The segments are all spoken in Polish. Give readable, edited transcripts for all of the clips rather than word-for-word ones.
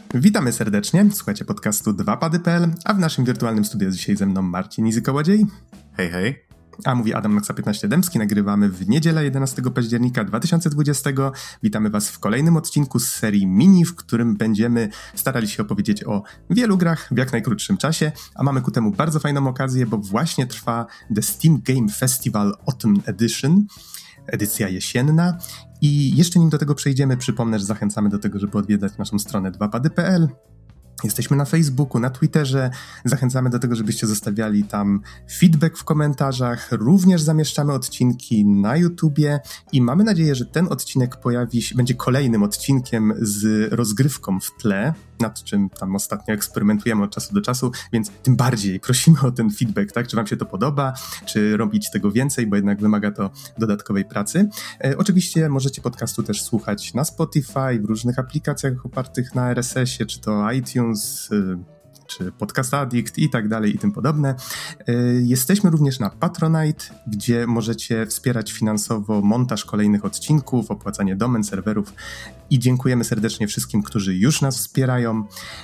Witamy serdecznie, słuchajcie podcastu 2pady.pl, a w naszym wirtualnym studiu jest dzisiaj ze mną Marcin Izy-Kołodziej. Hej, hej. A mówi Adam Noxa 15 Dębski, nagrywamy w niedzielę 11 października 2020. Witamy Was w kolejnym odcinku z serii Mini, w którym będziemy starali się opowiedzieć o wielu grach w jak najkrótszym czasie, a mamy ku temu bardzo fajną okazję, bo właśnie trwa The Steam Game Festival Autumn Edition, edycja jesienna. I jeszcze nim do tego przejdziemy, przypomnę, że zachęcamy do tego, żeby odwiedzać naszą stronę 2pady.pl. Jesteśmy na Facebooku, na Twitterze, zachęcamy do tego, żebyście zostawiali tam feedback w komentarzach, również zamieszczamy odcinki na YouTubie i mamy nadzieję, że ten odcinek będzie kolejnym odcinkiem z rozgrywką w tle, nad czym tam ostatnio eksperymentujemy od czasu do czasu, więc tym bardziej prosimy o ten feedback, tak? Czy wam się to podoba, czy robić tego więcej, bo jednak wymaga to dodatkowej pracy. Oczywiście możecie podcastu też słuchać na Spotify, w różnych aplikacjach opartych na RSS-ie, czy to iTunes, czy Podcast Addict i tak dalej i tym podobne. Jesteśmy również na Patronite, gdzie możecie wspierać finansowo montaż kolejnych odcinków, opłacanie domen, serwerów i dziękujemy serdecznie wszystkim, którzy już nas wspierają.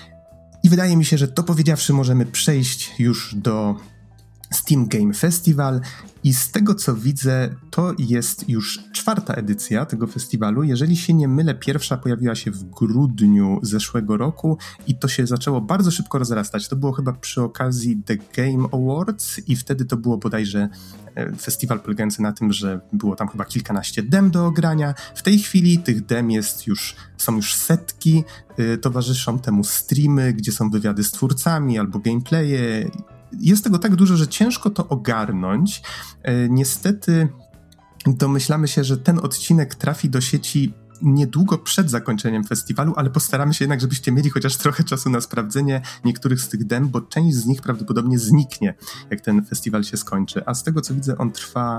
I wydaje mi się, że to powiedziawszy możemy przejść już do Steam Game Festival i z tego co widzę, to jest już 4. edycja tego festiwalu. Jeżeli się nie mylę, pierwsza pojawiła się w grudniu zeszłego roku i to się zaczęło bardzo szybko rozrastać. To było chyba przy okazji The Game Awards i wtedy to było bodajże festiwal polegający na tym, że było tam chyba kilkanaście dem do ogrania. W tej chwili tych dem są już setki, towarzyszą temu streamy, gdzie są wywiady z twórcami albo gameplaye. Jest tego tak dużo, że ciężko to ogarnąć. Niestety domyślamy się, że ten odcinek trafi do sieci niedługo przed zakończeniem festiwalu, ale postaramy się jednak, żebyście mieli chociaż trochę czasu na sprawdzenie niektórych z tych dem, bo część z nich prawdopodobnie zniknie, jak ten festiwal się skończy. A z tego co widzę, on trwa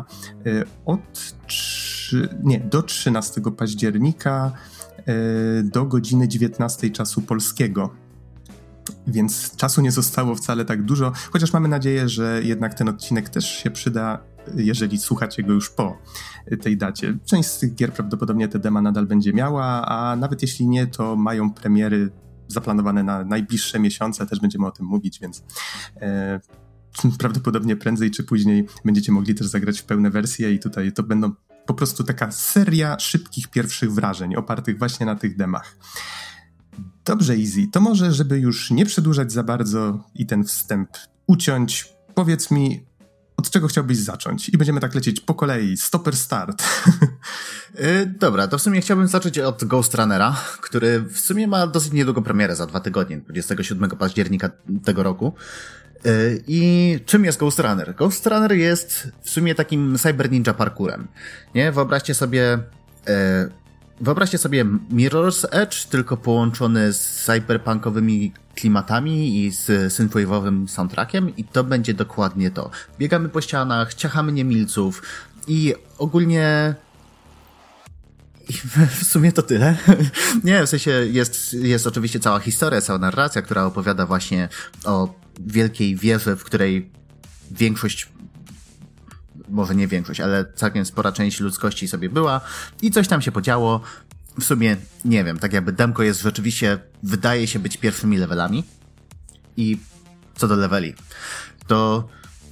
do 13 października do godziny 19 czasu polskiego. Więc czasu nie zostało wcale tak dużo, chociaż mamy nadzieję, że jednak ten odcinek też się przyda, jeżeli słuchacie go już po tej dacie. Część z tych gier prawdopodobnie te dema nadal będzie miała, a nawet jeśli nie, to mają premiery zaplanowane na najbliższe miesiące, też będziemy o tym mówić, więc prawdopodobnie prędzej czy później będziecie mogli też zagrać w pełne wersje i tutaj to będą po prostu taka seria szybkich pierwszych wrażeń, opartych właśnie na tych demach. Dobrze, Easy, to może, żeby już nie przedłużać za bardzo i ten wstęp uciąć, powiedz mi, od czego chciałbyś zacząć? I będziemy tak lecieć po kolei, stopper start. Dobra, to w sumie chciałbym zacząć od Ghost Runnera, który w sumie ma dosyć niedługą premierę za 2 tygodnie, 27 października tego roku. I czym jest Ghost Runner? Ghost Runner jest w sumie takim cyber ninja parkourem. Nie? Wyobraźcie sobie Mirror's Edge, tylko połączony z cyberpunkowymi klimatami i z synthwave'owym soundtrackiem i to będzie dokładnie to. Biegamy po ścianach, ciachamy niemilców i ogólnie w sumie to tyle. Nie, w sensie jest oczywiście cała historia, cała narracja, która opowiada właśnie o wielkiej wieży, w której może nie większość, ale całkiem spora część ludzkości sobie była i coś tam się podziało. W sumie nie wiem, tak jakby demko jest rzeczywiście, wydaje się być pierwszymi levelami. I co do leveli, to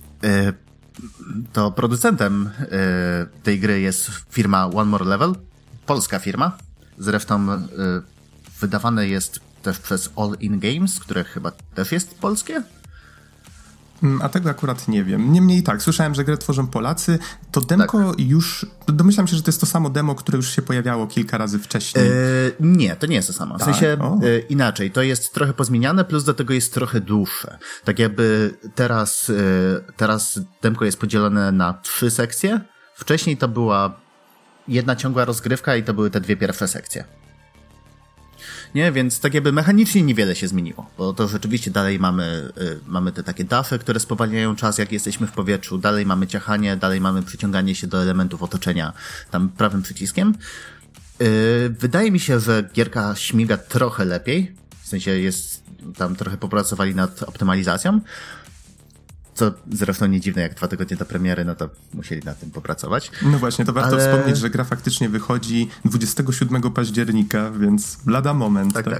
producentem tej gry jest firma One More Level, polska firma. Zresztą wydawane jest też przez All In Games, które chyba też jest polskie. A tego akurat nie wiem. Niemniej tak, słyszałem, że grę tworzą Polacy. To demko już... Domyślam się, że to jest to samo demo, które już się pojawiało kilka razy wcześniej. Nie, to nie jest to samo. W sensie inaczej. To jest trochę pozmieniane, plus do tego jest trochę dłuższe. Tak jakby teraz demko jest podzielone na 3 sekcje. Wcześniej to była jedna ciągła rozgrywka i to były te 2 pierwsze sekcje. Nie, więc tak jakby mechanicznie niewiele się zmieniło, bo to rzeczywiście dalej mamy te takie dafy, które spowalniają czas, jak jesteśmy w powietrzu, dalej mamy ciachanie, dalej mamy przyciąganie się do elementów otoczenia tam prawym przyciskiem. Wydaje mi się, że gierka śmiga trochę lepiej, w sensie tam trochę popracowali nad optymalizacją, co zresztą nie dziwne, jak 2 tygodnie do premiery, no to musieli nad tym popracować. No właśnie, to warto wspomnieć, że gra faktycznie wychodzi 27 października, więc lada moment. Tak.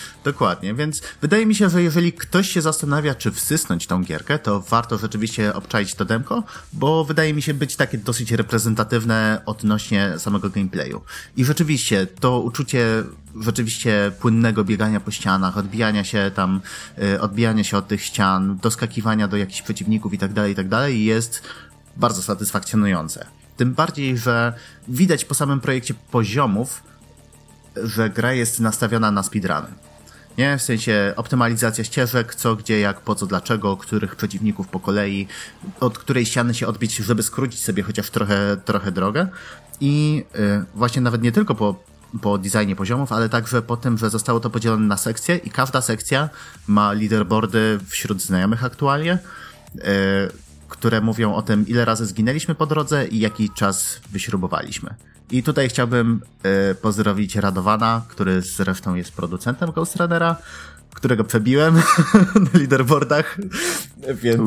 Dokładnie, więc wydaje mi się, że jeżeli ktoś się zastanawia, czy wsysnąć tą gierkę, to warto rzeczywiście obczaić to demko, bo wydaje mi się być takie dosyć reprezentatywne odnośnie samego gameplayu. I rzeczywiście, to uczucie rzeczywiście płynnego biegania po ścianach, odbijania się od tych ścian, doskakiwania do jakichś przeciwników i tak dalej, jest bardzo satysfakcjonujące. Tym bardziej, że widać po samym projekcie poziomów, że gra jest nastawiona na speedruny. Nie? W sensie optymalizacja ścieżek, co, gdzie, jak, po co, dlaczego, których przeciwników po kolei, od której ściany się odbić, żeby skrócić sobie chociaż trochę drogę. I właśnie nawet nie tylko po designie poziomów, ale także po tym, że zostało to podzielone na sekcje i każda sekcja ma leaderboardy wśród znajomych aktualnie, które mówią o tym, ile razy zginęliśmy po drodze i jaki czas wyśrubowaliśmy. I tutaj chciałbym pozdrowić Radowana, który zresztą jest producentem Ghost Runnera, którego przebiłem na leaderboardach, więc...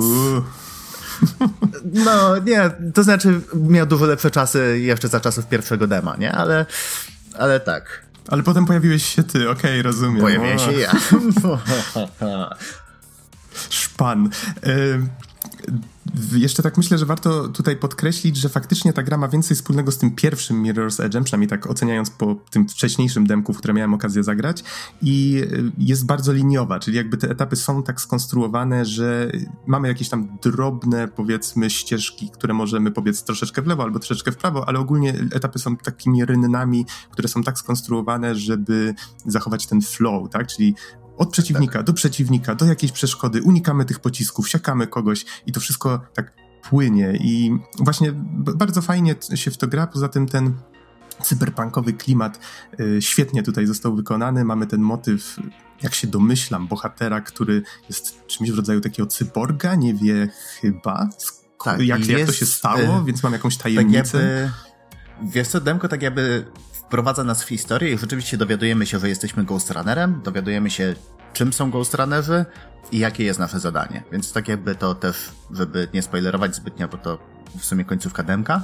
No, nie, to znaczy miał dużo lepsze czasy jeszcze za czasów pierwszego dema, nie? Ale tak. Ale potem pojawiłeś się ty, okej, rozumiem. Pojawiłem się ja. Szpan. Jeszcze tak myślę, że warto tutaj podkreślić, że faktycznie ta gra ma więcej wspólnego z tym pierwszym Mirror's Edge'em, przynajmniej tak oceniając po tym wcześniejszym demku, w które miałem okazję zagrać, i jest bardzo liniowa, czyli jakby te etapy są tak skonstruowane, że mamy jakieś tam drobne, powiedzmy, ścieżki, które możemy pobiec troszeczkę w lewo albo troszeczkę w prawo, ale ogólnie etapy są takimi rynnami, które są tak skonstruowane, żeby zachować ten flow, tak? Czyli od przeciwnika do przeciwnika, do jakiejś przeszkody, unikamy tych pocisków, siakamy kogoś i to wszystko tak płynie i właśnie bardzo fajnie się w to gra, poza tym ten cyberpunkowy klimat świetnie tutaj został wykonany, mamy ten motyw, jak się domyślam, bohatera, który jest czymś w rodzaju takiego cyborga, nie wie chyba tak, jak to się stało, więc mam jakąś tajemnicę. Wiesz co, demko tak jakby wprowadza nas w historię i rzeczywiście dowiadujemy się, że jesteśmy Ghost Runnerem, dowiadujemy się, czym są Ghost Runnerzy i jakie jest nasze zadanie. Więc tak jakby to też, żeby nie spoilerować zbytnio, bo to w sumie końcówka demka.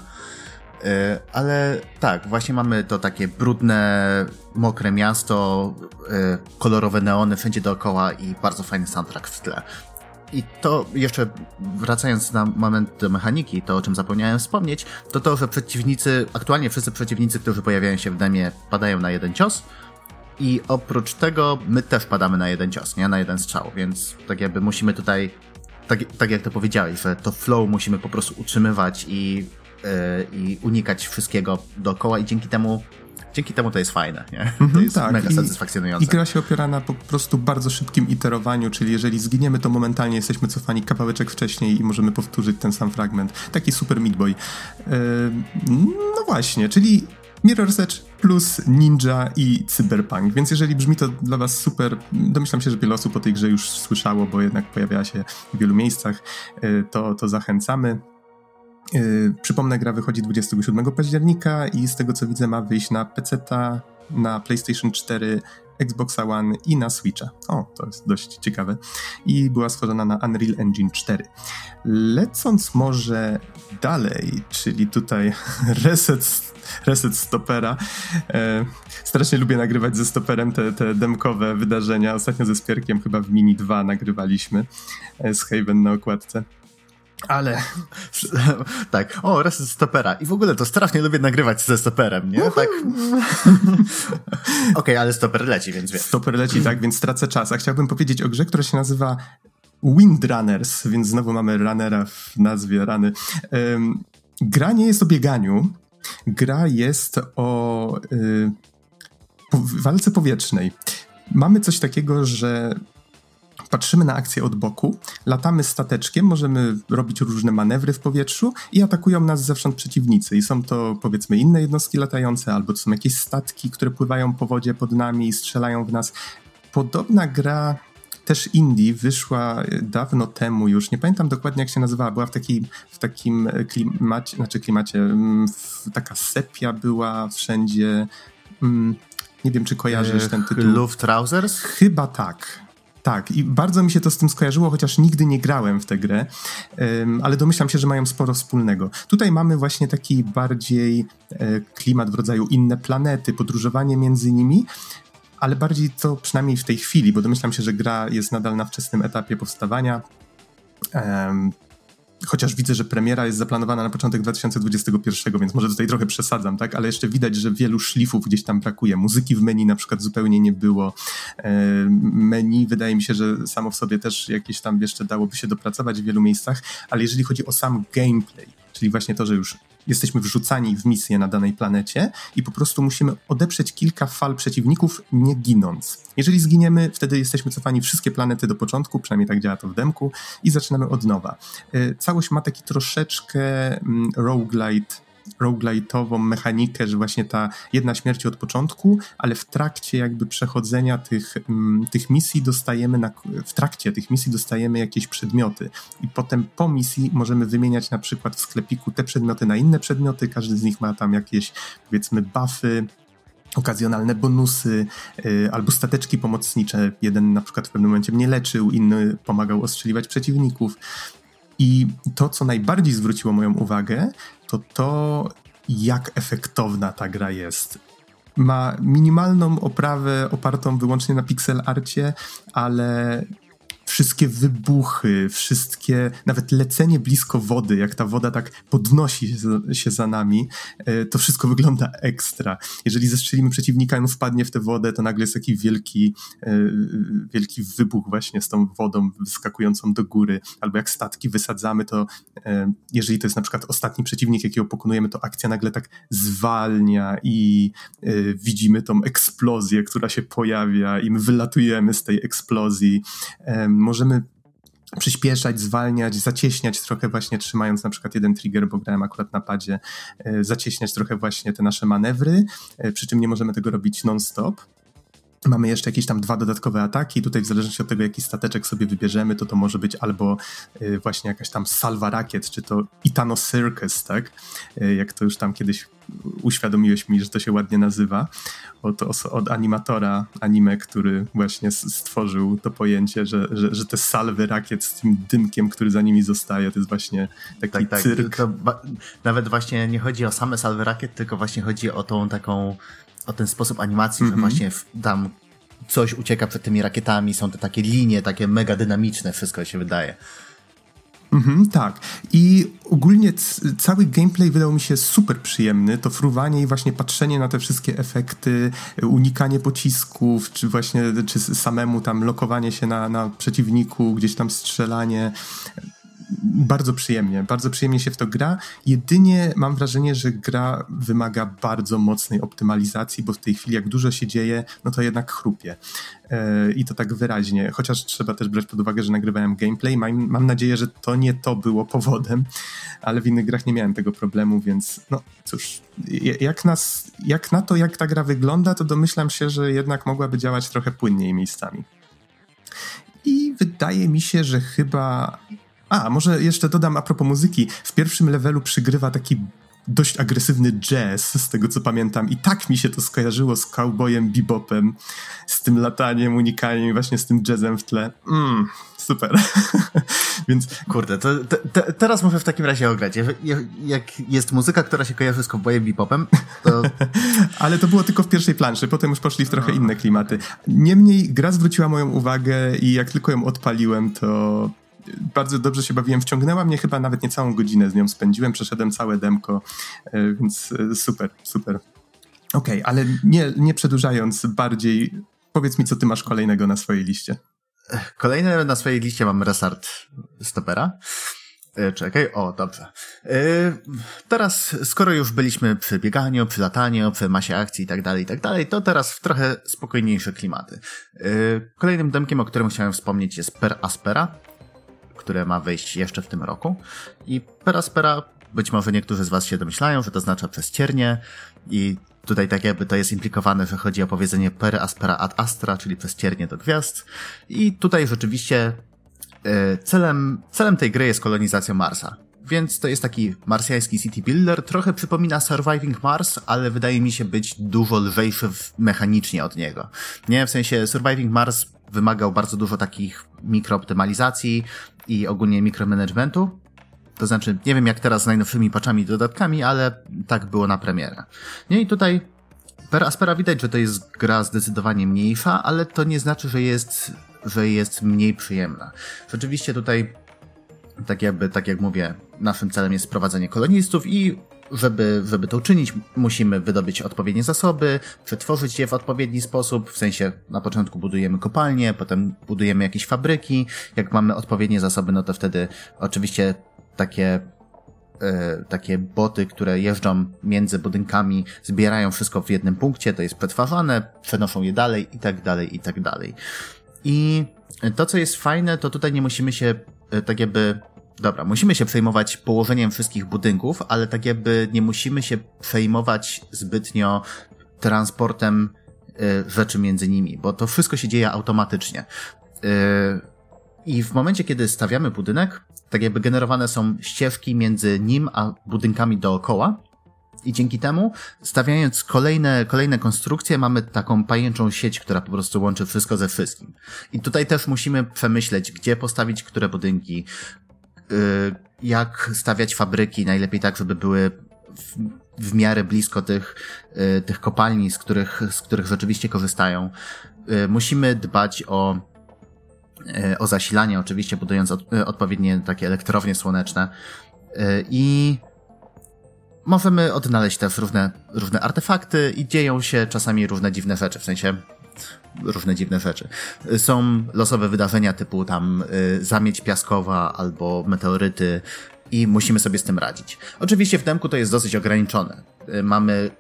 Ale tak, właśnie mamy to takie brudne, mokre miasto, kolorowe neony wszędzie dookoła i bardzo fajny soundtrack w tle. I to jeszcze wracając na moment do mechaniki, to o czym zapomniałem wspomnieć, to, że aktualnie wszyscy przeciwnicy, którzy pojawiają się w demie, padają na jeden cios i oprócz tego my też padamy na jeden cios, nie? Na jeden strzał, więc tak jakby musimy tutaj, tak jak to powiedziałeś, że to flow musimy po prostu utrzymywać i unikać wszystkiego dookoła i dzięki temu to jest fajne, nie? To jest tak, mega satysfakcjonujące. I gra się opiera na po prostu bardzo szybkim iterowaniu, czyli jeżeli zginiemy, to momentalnie jesteśmy cofani kawałeczek wcześniej i możemy powtórzyć ten sam fragment. Taki super Meat Boy. No właśnie, czyli Mirror's Edge plus Ninja i Cyberpunk, więc jeżeli brzmi to dla was super, domyślam się, że wiele osób o tej grze już słyszało, bo jednak pojawiała się w wielu miejscach, to zachęcamy. Przypomnę, gra wychodzi 27 października i z tego co widzę ma wyjść na PC-ta, na PlayStation 4, Xboxa One i na Switcha. O, to jest dość ciekawe. I była stworzona na Unreal Engine 4. Lecąc może dalej, czyli tutaj reset stopera. Strasznie lubię nagrywać ze stoperem te demkowe wydarzenia. Ostatnio ze Spierkiem chyba w Mini 2 nagrywaliśmy z Haven na okładce. Ale... tak, reset stopera. I w ogóle to strasznie lubię nagrywać ze stoperem, nie? Tak. Okej, ale stoper leci, więc wiesz. Stoper leci, tak, więc tracę czas. A chciałbym powiedzieć o grze, która się nazywa Windrunners, więc znowu mamy runnera w nazwie, rany. Gra nie jest o bieganiu. Gra jest o walce powietrznej. Mamy coś takiego, że patrzymy na akcję od boku, latamy stateczkiem, możemy robić różne manewry w powietrzu i atakują nas zewsząd przeciwnicy. I są to, powiedzmy, inne jednostki latające, albo to są jakieś statki, które pływają po wodzie pod nami i strzelają w nas. Podobna gra, też indie, wyszła dawno temu już. Nie pamiętam dokładnie, jak się nazywała. Była w takim klimacie, taka sepia była wszędzie. Nie wiem, czy kojarzysz ten tytuł. Luftrausers? Chyba tak. Tak, i bardzo mi się to z tym skojarzyło, chociaż nigdy nie grałem w tę grę, ale domyślam się, że mają sporo wspólnego. Tutaj mamy właśnie taki bardziej klimat w rodzaju inne planety, podróżowanie między nimi, ale bardziej to przynajmniej w tej chwili, bo domyślam się, że gra jest nadal na wczesnym etapie powstawania. Chociaż widzę, że premiera jest zaplanowana na początek 2021, więc może tutaj trochę przesadzam, tak? Ale jeszcze widać, że wielu szlifów gdzieś tam brakuje. Muzyki w menu na przykład zupełnie nie było. Menu wydaje mi się, że samo w sobie też jakieś tam jeszcze dałoby się dopracować w wielu miejscach, ale jeżeli chodzi o sam gameplay, czyli właśnie to, że już jesteśmy wrzucani w misję na danej planecie i po prostu musimy odeprzeć kilka fal przeciwników, nie ginąc. Jeżeli zginiemy, wtedy jesteśmy cofani wszystkie planety do początku, przynajmniej tak działa to w demku, i zaczynamy od nowa. Całość ma taki troszeczkę roguelite'ową mechanikę, że właśnie ta jedna śmierć od początku, ale w trakcie jakby przechodzenia tych misji dostajemy jakieś przedmioty i potem po misji możemy wymieniać na przykład w sklepiku te przedmioty na inne przedmioty, każdy z nich ma tam jakieś, powiedzmy, buffy, okazjonalne bonusy albo stateczki pomocnicze. Jeden na przykład w pewnym momencie mnie leczył, inny pomagał ostrzeliwać przeciwników. I to, co najbardziej zwróciło moją uwagę, to jak efektowna ta gra jest. Ma minimalną oprawę opartą wyłącznie na pixel arcie, ale wszystkie wybuchy, nawet lecenie blisko wody, jak ta woda tak podnosi się za nami, to wszystko wygląda ekstra. Jeżeli zestrzelimy przeciwnika i on wpadnie w tę wodę, to nagle jest taki wielki wybuch właśnie z tą wodą wyskakującą do góry. Albo jak statki wysadzamy, to jeżeli to jest na przykład ostatni przeciwnik, jakiego pokonujemy, to akcja nagle tak zwalnia i widzimy tą eksplozję, która się pojawia i my wylatujemy z tej eksplozji. Możemy przyspieszać, zwalniać, zacieśniać trochę właśnie trzymając na przykład jeden trigger, bo grałem akurat na padzie, zacieśniać trochę właśnie te nasze manewry, przy czym nie możemy tego robić non-stop. Mamy jeszcze jakieś tam 2 dodatkowe ataki. Tutaj w zależności od tego, jaki stateczek sobie wybierzemy, to może być albo właśnie jakaś tam salwa rakiet, czy to Itano Circus, tak? Jak to już tam kiedyś uświadomiłeś mi, że to się ładnie nazywa. Od animatora anime, który właśnie stworzył to pojęcie, że te salwy rakiet z tym dymkiem, który za nimi zostaje, to jest właśnie taki cyrk. Nawet właśnie nie chodzi o same salwy rakiet, tylko właśnie chodzi o tą taką o ten sposób animacji, że właśnie tam coś ucieka przed tymi rakietami, są te takie linie, takie mega dynamiczne, wszystko się wydaje. Tak. I ogólnie cały gameplay wydał mi się super przyjemny. To fruwanie i właśnie patrzenie na te wszystkie efekty, unikanie pocisków, czy samemu tam lokowanie się na przeciwniku, gdzieś tam strzelanie. Bardzo przyjemnie się w to gra. Jedynie mam wrażenie, że gra wymaga bardzo mocnej optymalizacji, bo w tej chwili jak dużo się dzieje, no to jednak chrupie. I to tak wyraźnie. Chociaż trzeba też brać pod uwagę, że nagrywałem gameplay. Mam nadzieję, że to nie to było powodem, ale w innych grach nie miałem tego problemu, więc no cóż. Jak ta gra wygląda, to domyślam się, że jednak mogłaby działać trochę płynniej miejscami. I wydaje mi się, że chyba... może jeszcze dodam a propos muzyki. W pierwszym levelu przygrywa taki dość agresywny jazz, z tego co pamiętam. I tak mi się to skojarzyło z Cowboyem Bebopem, z tym lataniem, unikaniem i właśnie z tym jazzem w tle. Super. Więc... Kurde, teraz muszę w takim razie ograć. Jak jest muzyka, która się kojarzy z Cowboyem Bebopem, to... Ale to było tylko w pierwszej planszy, potem już poszli w trochę inne klimaty. Niemniej gra zwróciła moją uwagę i jak tylko ją odpaliłem, to... bardzo dobrze się bawiłem, wciągnęła mnie chyba nawet nie całą godzinę z nią spędziłem, przeszedłem całe demko, więc super. Okej, ale nie przedłużając bardziej, powiedz mi, co ty masz kolejnego na swojej liście. Kolejne na swojej liście mam Restart Stopera. Czekaj, dobrze. Teraz, skoro już byliśmy przy bieganiu, przy lataniu, przy masie akcji i tak dalej, to teraz w trochę spokojniejsze klimaty. Kolejnym demkiem, o którym chciałem wspomnieć, jest Per Aspera, które ma wyjść jeszcze w tym roku. I Per Aspera, być może niektórzy z was się domyślają, że to oznacza przez ciernie i tutaj tak jakby to jest implikowane, że chodzi o powiedzenie Per Aspera ad Astra, czyli przez ciernie do gwiazd. I tutaj rzeczywiście celem tej gry jest kolonizacja Marsa. Więc to jest taki marsjański city builder, trochę przypomina Surviving Mars, ale wydaje mi się być dużo lżejszy mechanicznie od niego. Nie, w sensie Surviving Mars wymagał bardzo dużo takich mikrooptymalizacji i ogólnie mikromanagementu. To znaczy, nie wiem jak teraz z najnowszymi patchami i dodatkami, ale tak było na premierę. Nie, i tutaj Per Aspera widać, że to jest gra zdecydowanie mniejsza, ale to nie znaczy, że jest mniej przyjemna. Rzeczywiście tutaj, tak jak mówię, naszym celem jest sprowadzenie kolonistów i żeby to uczynić, musimy wydobyć odpowiednie zasoby, przetworzyć je w odpowiedni sposób, w sensie na początku budujemy kopalnie, potem budujemy jakieś fabryki. Jak mamy odpowiednie zasoby, no to wtedy oczywiście takie boty, które jeżdżą między budynkami, zbierają wszystko w jednym punkcie, to jest przetwarzane, przenoszą je dalej i tak dalej, i tak dalej. I to, co jest fajne, to tutaj nie musimy się musimy się przejmować położeniem wszystkich budynków, ale tak jakby nie musimy się przejmować zbytnio transportem rzeczy między nimi, bo to wszystko się dzieje automatycznie. I w momencie, kiedy stawiamy budynek, tak jakby generowane są ścieżki między nim a budynkami dookoła i dzięki temu, stawiając kolejne konstrukcje, mamy taką pajęczą sieć, która po prostu łączy wszystko ze wszystkim. I tutaj też musimy przemyśleć, gdzie postawić które budynki, jak stawiać fabryki, najlepiej tak, żeby były w miarę blisko tych kopalni, z których rzeczywiście korzystają. Musimy dbać o zasilanie, oczywiście budując odpowiednie takie elektrownie słoneczne i możemy odnaleźć też różne artefakty i dzieją się czasami różne dziwne rzeczy, w sensie różne dziwne rzeczy. Są losowe wydarzenia typu tam zamieć piaskowa albo meteoryty i musimy sobie z tym radzić. Oczywiście w demku to jest dosyć ograniczone. Mamy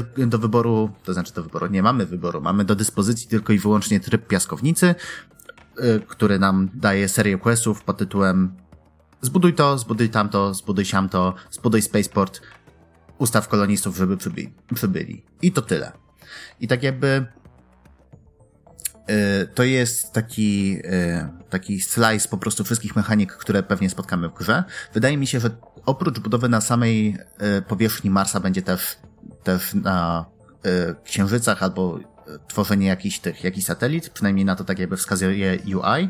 nie mamy wyboru, mamy do dyspozycji tylko i wyłącznie tryb piaskownicy, który nam daje serię questów pod tytułem zbuduj to, zbuduj tamto, zbuduj siamto, zbuduj spaceport, ustaw kolonistów, żeby przybyli. I to tyle. I tak jakby to jest taki slice po prostu wszystkich mechanik, które pewnie spotkamy w grze. Wydaje mi się, że oprócz budowy na samej powierzchni Marsa będzie też na księżycach albo tworzenie jakichś satelit, przynajmniej na to tak jakby wskazuje UI.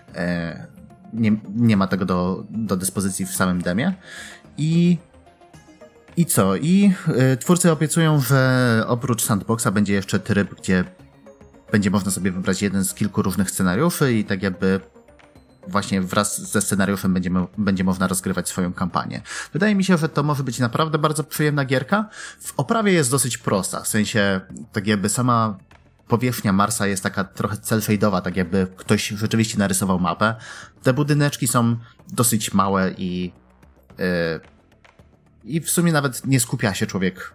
Nie ma tego do dyspozycji w samym demie. I co? I twórcy obiecują, że oprócz sandboxa będzie jeszcze tryb, gdzie będzie można sobie wybrać jeden z kilku różnych scenariuszy i tak jakby właśnie wraz ze scenariuszem będzie można rozgrywać swoją kampanię. Wydaje mi się, że to może być naprawdę bardzo przyjemna gierka. W oprawie jest dosyć prosta, w sensie tak jakby sama powierzchnia Marsa jest taka trochę cel-shade'owa, tak jakby ktoś rzeczywiście narysował mapę. Te budyneczki są dosyć małe i w sumie nawet nie skupia się człowiek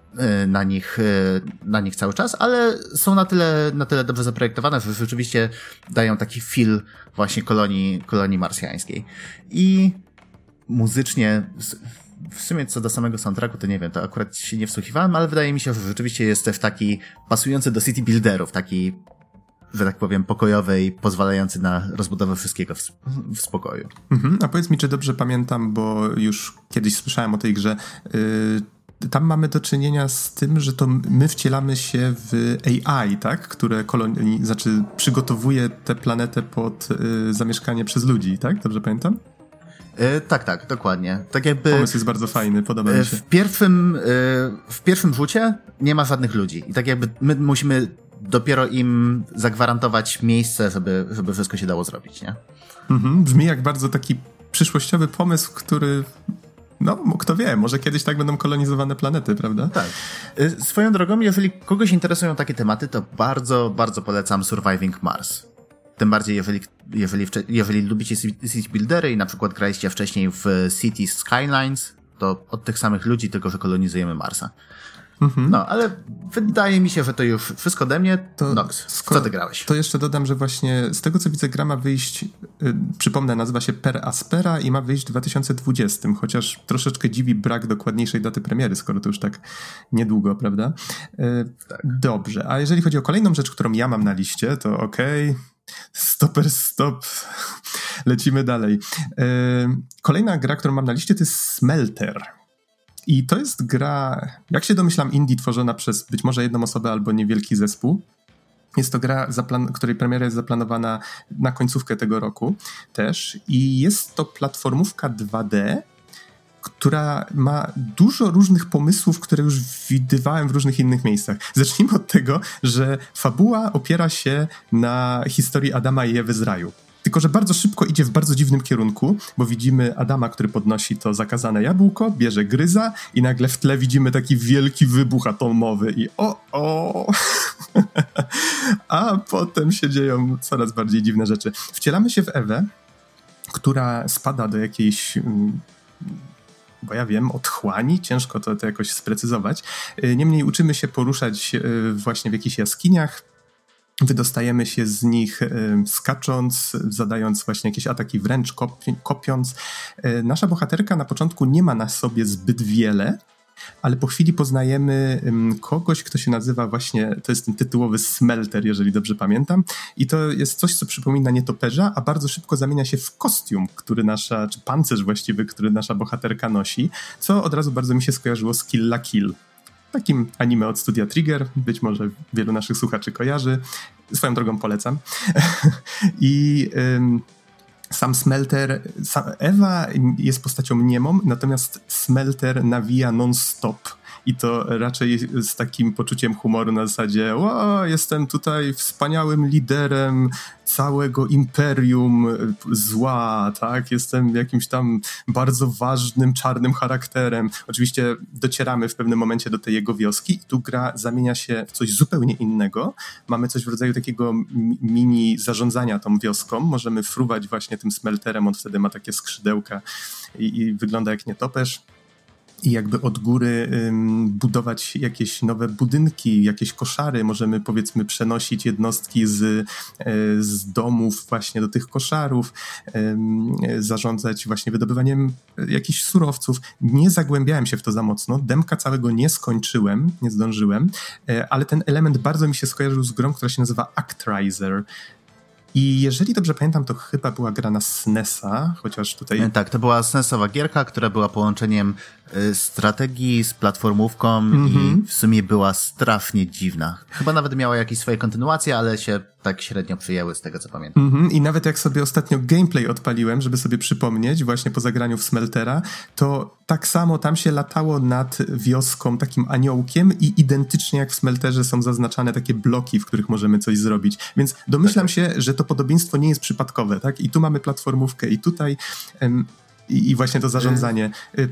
na nich cały czas, ale są na tyle dobrze zaprojektowane, że rzeczywiście dają taki feel właśnie kolonii marsjańskiej. I muzycznie, w sumie co do samego soundtracku, to nie wiem, to akurat się nie wsłuchiwałem, ale wydaje mi się, że rzeczywiście jest też taki pasujący do city builderów, taki, że tak powiem, pokojowy i pozwalający na rozbudowę wszystkiego w spokoju. A powiedz mi, czy dobrze pamiętam, bo już kiedyś słyszałem o tej grze, tam mamy do czynienia z tym, że to my wcielamy się w AI, tak? Które przygotowuje tę planetę pod zamieszkanie przez ludzi, tak? Dobrze pamiętam? Tak, dokładnie. Tak jakby pomysł jest bardzo fajny, podoba mi się. W pierwszym rzucie nie ma żadnych ludzi i tak jakby my musimy dopiero im zagwarantować miejsce, żeby wszystko się dało zrobić, nie? Brzmi jak bardzo taki przyszłościowy pomysł, który... No, kto wie, może kiedyś tak będą kolonizowane planety, prawda? Tak. Swoją drogą, jeżeli kogoś interesują takie tematy, to bardzo, bardzo polecam Surviving Mars. Tym bardziej, jeżeli lubicie city buildery i na przykład graliście wcześniej w Cities Skylines, to od tych samych ludzi, tylko że kolonizujemy Marsa. No, ale wydaje mi się, że to już wszystko ode mnie. Nox, co ty grałeś? To jeszcze dodam, że właśnie z tego co widzę, gra ma wyjść, przypomnę, nazywa się Per Aspera i ma wyjść w 2020, chociaż troszeczkę dziwi brak dokładniejszej daty premiery, skoro to już tak niedługo, prawda? Tak. Dobrze, a jeżeli chodzi o kolejną rzecz, którą ja mam na liście, to okej. Stop. Lecimy dalej. Kolejna gra, którą mam na liście, to jest Smelter. I to jest gra, jak się domyślam, indie tworzona przez być może jedną osobę albo niewielki zespół. Jest to gra, której premiera jest zaplanowana na końcówkę tego roku też. I jest to platformówka 2D, która ma dużo różnych pomysłów, które już widywałem w różnych innych miejscach. Zacznijmy od tego, że fabuła opiera się na historii Adama i Ewy z raju. Tylko że bardzo szybko idzie w bardzo dziwnym kierunku, bo widzimy Adama, który podnosi to zakazane jabłko, bierze gryza i nagle w tle widzimy taki wielki wybuch atomowy i a potem się dzieją coraz bardziej dziwne rzeczy. Wcielamy się w Ewę, która spada do jakiejś... bo ja wiem, otchłani, ciężko to jakoś sprecyzować. Niemniej uczymy się poruszać właśnie w jakichś jaskiniach, wydostajemy się z nich skacząc, zadając właśnie jakieś ataki wręcz, kopiąc. Nasza bohaterka na początku nie ma na sobie zbyt wiele, ale po chwili poznajemy kogoś, kto się nazywa właśnie, to jest ten tytułowy smelter, jeżeli dobrze pamiętam, i to jest coś, co przypomina nietoperza, a bardzo szybko zamienia się w kostium, czy pancerz właściwy, który nasza bohaterka nosi, co od razu bardzo mi się skojarzyło z Kill la Kill. Takim anime od studia Trigger, być może wielu naszych słuchaczy kojarzy. Swoją drogą polecam. I sam Smelter, Ewa jest postacią niemą, natomiast Smelter nawija non-stop. I to raczej z takim poczuciem humoru na zasadzie jestem tutaj wspaniałym liderem całego imperium zła, tak? Jestem jakimś tam bardzo ważnym, czarnym charakterem. Oczywiście docieramy w pewnym momencie do tej jego wioski i tu gra zamienia się w coś zupełnie innego. Mamy coś w rodzaju takiego mini zarządzania tą wioską. Możemy fruwać właśnie tym smelterem, on wtedy ma takie skrzydełka i wygląda jak nietoperz. I jakby od góry budować jakieś nowe budynki, jakieś koszary. Możemy, powiedzmy, przenosić jednostki z domów właśnie do tych koszarów, zarządzać właśnie wydobywaniem jakichś surowców. Nie zagłębiałem się w to za mocno. Demka całego nie skończyłem, nie zdążyłem, ale ten element bardzo mi się skojarzył z grą, która się nazywa Actraiser. I jeżeli dobrze pamiętam, to chyba była gra na SNES-a, chociaż tutaj... Tak, to była SNES-owa gierka, która była połączeniem strategii z platformówką i w sumie była strasznie dziwna. Chyba nawet miała jakieś swoje kontynuacje, ale się tak średnio przyjęły z tego, co pamiętam. I nawet jak sobie ostatnio gameplay odpaliłem, żeby sobie przypomnieć właśnie po zagraniu w Smeltera, to tak samo tam się latało nad wioską takim aniołkiem i identycznie jak w Smelterze są zaznaczane takie bloki, w których możemy coś zrobić. Więc domyślam się, że to podobieństwo nie jest przypadkowe, tak? I tu mamy platformówkę i tutaj i właśnie to zarządzanie.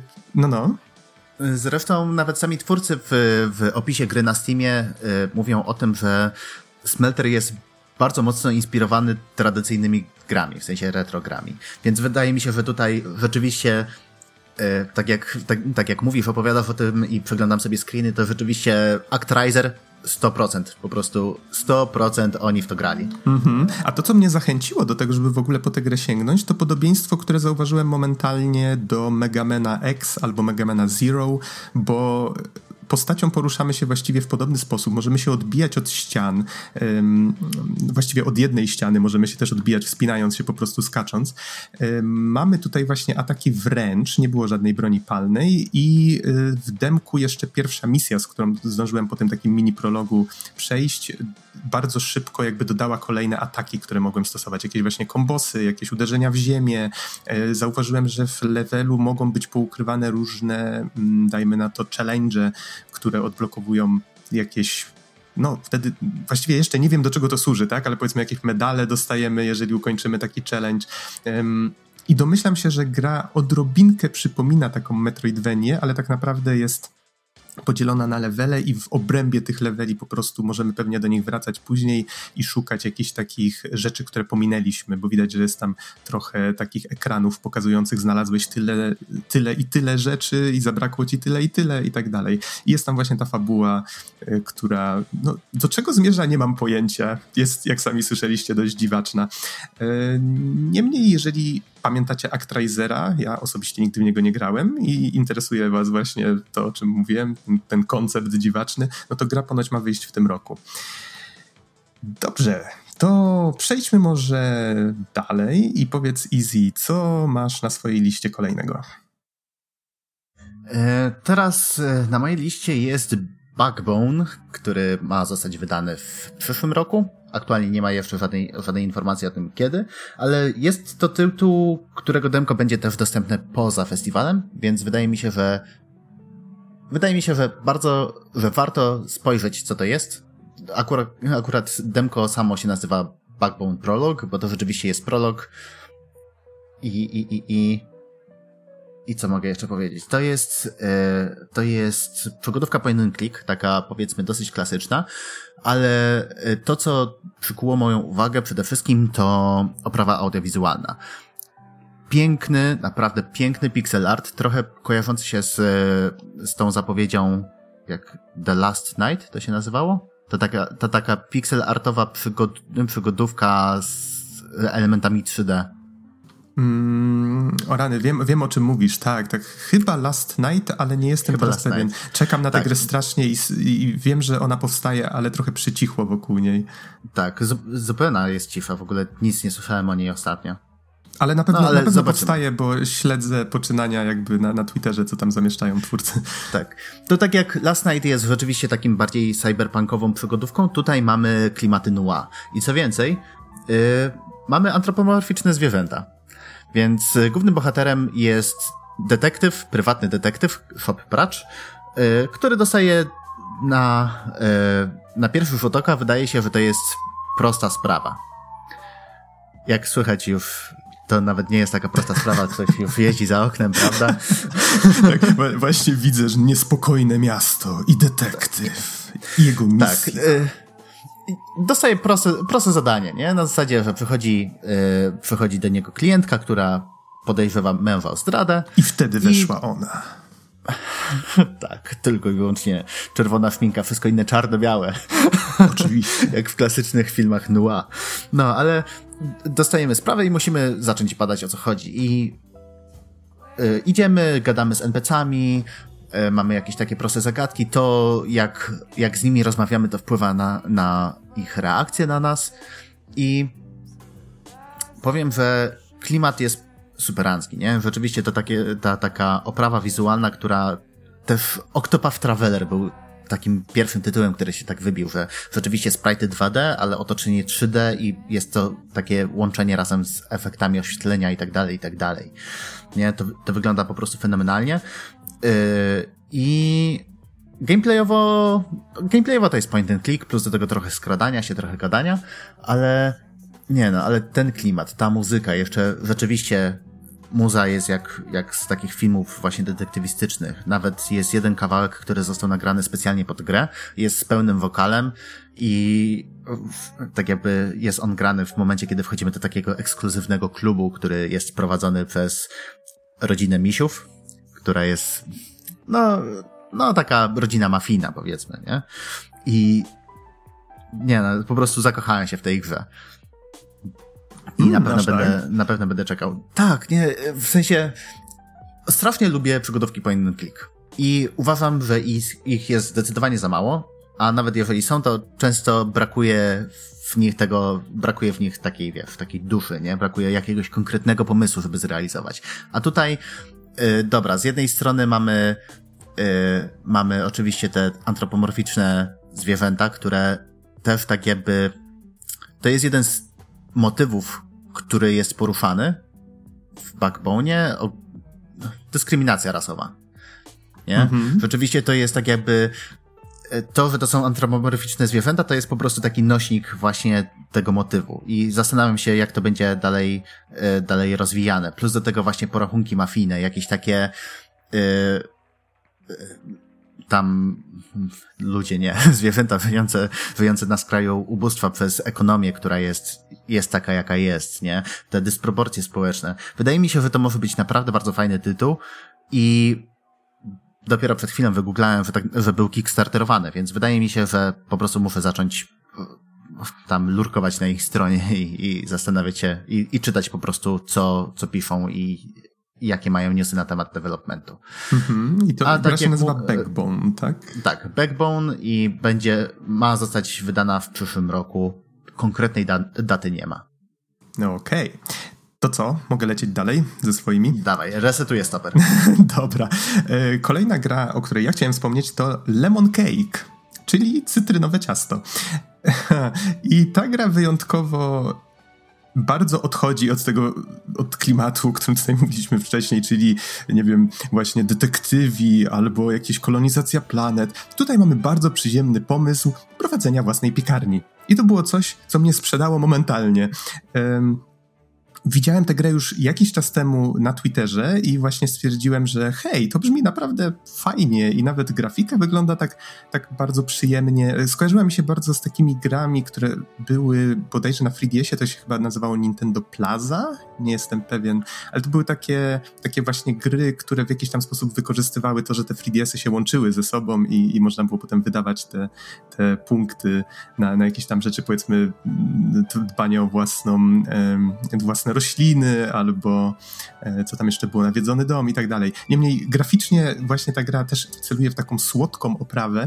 Zresztą nawet sami twórcy w opisie gry na Steamie mówią o tym, że Smelter jest bardzo mocno inspirowany tradycyjnymi grami, w sensie retro grami. Więc wydaje mi się, że tutaj rzeczywiście tak jak mówisz, opowiadasz o tym i przeglądam sobie screeny, to rzeczywiście Actraiser 100%, po prostu 100% oni w to grali. A to, co mnie zachęciło do tego, żeby w ogóle po tę grę sięgnąć, to podobieństwo, które zauważyłem momentalnie do Megamana X albo Megamana Zero, bo postacią poruszamy się właściwie w podobny sposób. Możemy się odbijać od ścian, właściwie od jednej ściany możemy się też odbijać, wspinając się, po prostu skacząc. Mamy tutaj właśnie ataki wręcz, nie było żadnej broni palnej i w demku jeszcze pierwsza misja, z którą zdążyłem po tym takim mini prologu przejść, bardzo szybko jakby dodała kolejne ataki, które mogłem stosować. Jakieś właśnie kombosy, jakieś uderzenia w ziemię. Zauważyłem, że w levelu mogą być poukrywane różne, dajmy na to, challenge, które odblokowują jakieś, wtedy właściwie jeszcze nie wiem, do czego to służy, tak? Ale powiedzmy jakieś medale dostajemy, jeżeli ukończymy taki challenge. I domyślam się, że gra odrobinkę przypomina taką Metroidvanię, ale tak naprawdę jest podzielona na levele i w obrębie tych leveli po prostu możemy pewnie do nich wracać później i szukać jakichś takich rzeczy, które pominęliśmy, bo widać, że jest tam trochę takich ekranów pokazujących, znalazłeś tyle i tyle rzeczy i zabrakło ci tyle i tyle i tak dalej. I jest tam właśnie ta fabuła, która, do czego zmierza, nie mam pojęcia. Jest, jak sami słyszeliście, dość dziwaczna. Niemniej, jeżeli pamiętacie Actraisera, ja osobiście nigdy w niego nie grałem i interesuje was właśnie to, o czym mówiłem, ten koncept dziwaczny, to gra ponoć ma wyjść w tym roku. Dobrze, to przejdźmy może dalej i powiedz, Easy, co masz na swojej liście kolejnego? Teraz na mojej liście jest Backbone, który ma zostać wydany w przyszłym roku. aktualnie nie ma jeszcze żadnej informacji o tym kiedy, ale jest to tytuł, którego demko będzie też dostępne poza festiwalem, więc wydaje mi się, że warto spojrzeć, co to jest. Akurat demko samo się nazywa Backbone Prologue, bo to rzeczywiście jest prolog. I co mogę jeszcze powiedzieć? To jest przygodówka po jeden klik, taka powiedzmy dosyć klasyczna, ale to, co przykuło moją uwagę przede wszystkim, to oprawa audiowizualna. Piękny, naprawdę piękny pixel art, trochę kojarzący się z tą zapowiedzią, jak The Last Night to się nazywało? To taka pixel artowa przygodówka z elementami 3D. O rany, wiem o czym mówisz, tak. Chyba Last Night, ale nie jestem teraz pewien. Czekam na tę grę strasznie i wiem, że ona powstaje, ale trochę przycichło wokół niej. Tak, zupełna jest cisza, w ogóle nic nie słyszałem o niej ostatnio. Ale na pewno powstaje, bo śledzę poczynania jakby na Twitterze, co tam zamieszczają twórcy. Tak. To tak jak Last Night jest rzeczywiście takim bardziej cyberpunkową przygodówką, tutaj mamy klimaty noir. I co więcej, mamy antropomorficzne zwierzęta. Więc głównym bohaterem jest prywatny detektyw, Shop Pracz, który dostaje na pierwszy rzut oka wydaje się, że to jest prosta sprawa. Jak słychać już, to nawet nie jest taka prosta sprawa, ktoś już jeździ za oknem, prawda? Tak, właśnie widzę, że niespokojne miasto i detektyw i jego misja. Tak, dostaje proste zadanie, nie? Na zasadzie, że przychodzi do niego klientka, która podejrzewa męża o zdradę. I wtedy weszła ona. Tak, tylko i wyłącznie czerwona szminka, wszystko inne czarno-białe. Oczywiście. Jak w klasycznych filmach noir. No, ale dostajemy sprawę i musimy zacząć badać, o co chodzi. I idziemy, gadamy z NPC-ami, mamy jakieś takie proste zagadki. To, jak z nimi rozmawiamy, to wpływa na ich reakcję na nas. I powiem, że klimat jest superancki, nie? Rzeczywiście to taka oprawa wizualna, która też Octopath Traveler był takim pierwszym tytułem, który się tak wybił, że rzeczywiście sprite'y 2D, ale otoczenie 3D i jest to takie łączenie razem z efektami oświetlenia i tak dalej. Nie? To wygląda po prostu fenomenalnie. I gameplayowo to jest point and click, plus do tego trochę skradania się, trochę gadania, ale ten klimat, ta muzyka, jeszcze rzeczywiście muza jest jak z takich filmów właśnie detektywistycznych. Nawet jest jeden kawałek, który został nagrany specjalnie pod grę, jest z pełnym wokalem i tak jakby jest on grany w momencie, kiedy wchodzimy do takiego ekskluzywnego klubu, który jest prowadzony przez rodzinę misiów, która jest taka rodzina mafijna, powiedzmy, nie? I po prostu zakochałem się w tej grze. I na pewno będę czekał. Tak, w sensie strasznie lubię przygodówki po jeden klik. I uważam, że ich jest zdecydowanie za mało, a nawet jeżeli są, to często brakuje w nich takiej duszy, nie? Brakuje jakiegoś konkretnego pomysłu, żeby zrealizować. A tutaj, dobra, z jednej strony mamy oczywiście te antropomorficzne zwierzęta, które też tak jakby, to jest jeden z motywów, który jest poruszany w Backbone'ie, dyskryminacja rasowa. Nie? Mhm. Rzeczywiście to jest tak jakby to, że to są antropomorficzne zwierzęta, to jest po prostu taki nośnik właśnie tego motywu. I zastanawiam się, jak to będzie dalej rozwijane. Plus do tego właśnie porachunki mafijne, jakieś takie tam ludzie, zwierzęta żyjące na skraju ubóstwa przez ekonomię, która jest taka, jaka jest, nie? Te dysproporcje społeczne. Wydaje mi się, że to może być naprawdę bardzo fajny tytuł i dopiero przed chwilą wygooglałem, że był kickstarterowany, więc wydaje mi się, że po prostu muszę zacząć tam lurkować na ich stronie i zastanawiać się i czytać po prostu, co piszą i jakie mają newsy na temat developmentu. I to gra się nazywa Backbone, tak? Tak, Backbone i ma zostać wydana w przyszłym roku. Konkretnej daty nie ma. No okej. To co? Mogę lecieć dalej ze swoimi? Dawaj, resetuję stoper. Dobra. Kolejna gra, o której ja chciałem wspomnieć, to Lemon Cake. czyli cytrynowe ciasto. I ta gra wyjątkowo bardzo odchodzi od klimatu, o którym tutaj mówiliśmy wcześniej, czyli, nie wiem, właśnie detektywi albo jakieś kolonizacja planet. Tutaj mamy bardzo przyziemny pomysł prowadzenia własnej piekarni. I to było coś, co mnie sprzedało momentalnie. Widziałem tę grę już jakiś czas temu na Twitterze i właśnie stwierdziłem, że hej, to brzmi naprawdę fajnie i nawet grafika wygląda tak bardzo przyjemnie. Skojarzyła mi się bardzo z takimi grami, które były bodajże na 3DS-ie, to się chyba nazywało Nintendo Plaza, nie jestem pewien, ale to były takie właśnie gry, które w jakiś tam sposób wykorzystywały to, że te 3DS-y się łączyły ze sobą i można było potem wydawać te punkty na jakieś tam rzeczy, powiedzmy dbanie o własne rośliny, albo co tam jeszcze było, nawiedzony dom i tak dalej. Niemniej graficznie właśnie ta gra też celuje w taką słodką oprawę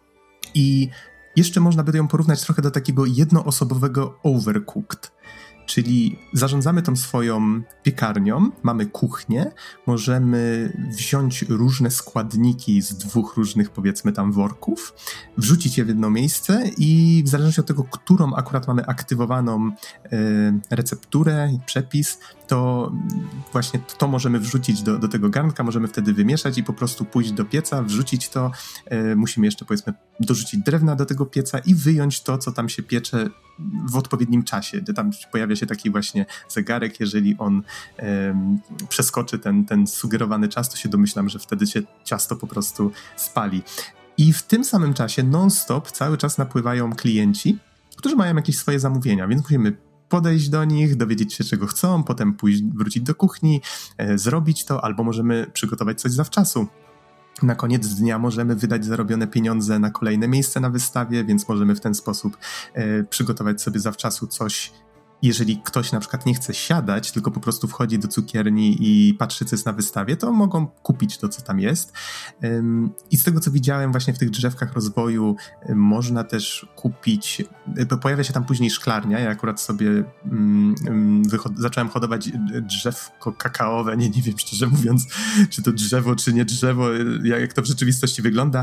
i jeszcze można by ją porównać trochę do takiego jednoosobowego Overcooked. Czyli zarządzamy tą swoją piekarnią, mamy kuchnię, możemy wziąć różne składniki z 2 różnych, powiedzmy tam, worków, wrzucić je w jedno miejsce i w zależności od tego, którą akurat mamy aktywowaną recepturę i przepis, to właśnie to możemy wrzucić do tego garnka, możemy wtedy wymieszać i po prostu pójść do pieca, wrzucić to, musimy jeszcze, powiedzmy, dorzucić drewna do tego pieca i wyjąć to, co tam się piecze w odpowiednim czasie. Tam pojawia się taki właśnie zegarek, jeżeli on przeskoczy ten sugerowany czas, to się domyślam, że wtedy się ciasto po prostu spali. I w tym samym czasie non-stop cały czas napływają klienci, którzy mają jakieś swoje zamówienia, więc musimy podejść do nich, dowiedzieć się, czego chcą, potem wrócić do kuchni, zrobić to, albo możemy przygotować coś zawczasu. Na koniec dnia możemy wydać zarobione pieniądze na kolejne miejsce na wystawie, więc możemy w ten sposób przygotować sobie zawczasu coś. Jeżeli ktoś na przykład nie chce siadać, tylko po prostu wchodzi do cukierni i patrzy, co jest na wystawie, to mogą kupić to, co tam jest. I z tego, co widziałem właśnie w tych drzewkach rozwoju, można też kupić, pojawia się tam później szklarnia. Ja akurat sobie zacząłem hodować drzewko kakaowe, nie wiem szczerze mówiąc, czy to drzewo, czy nie drzewo, jak to w rzeczywistości wygląda.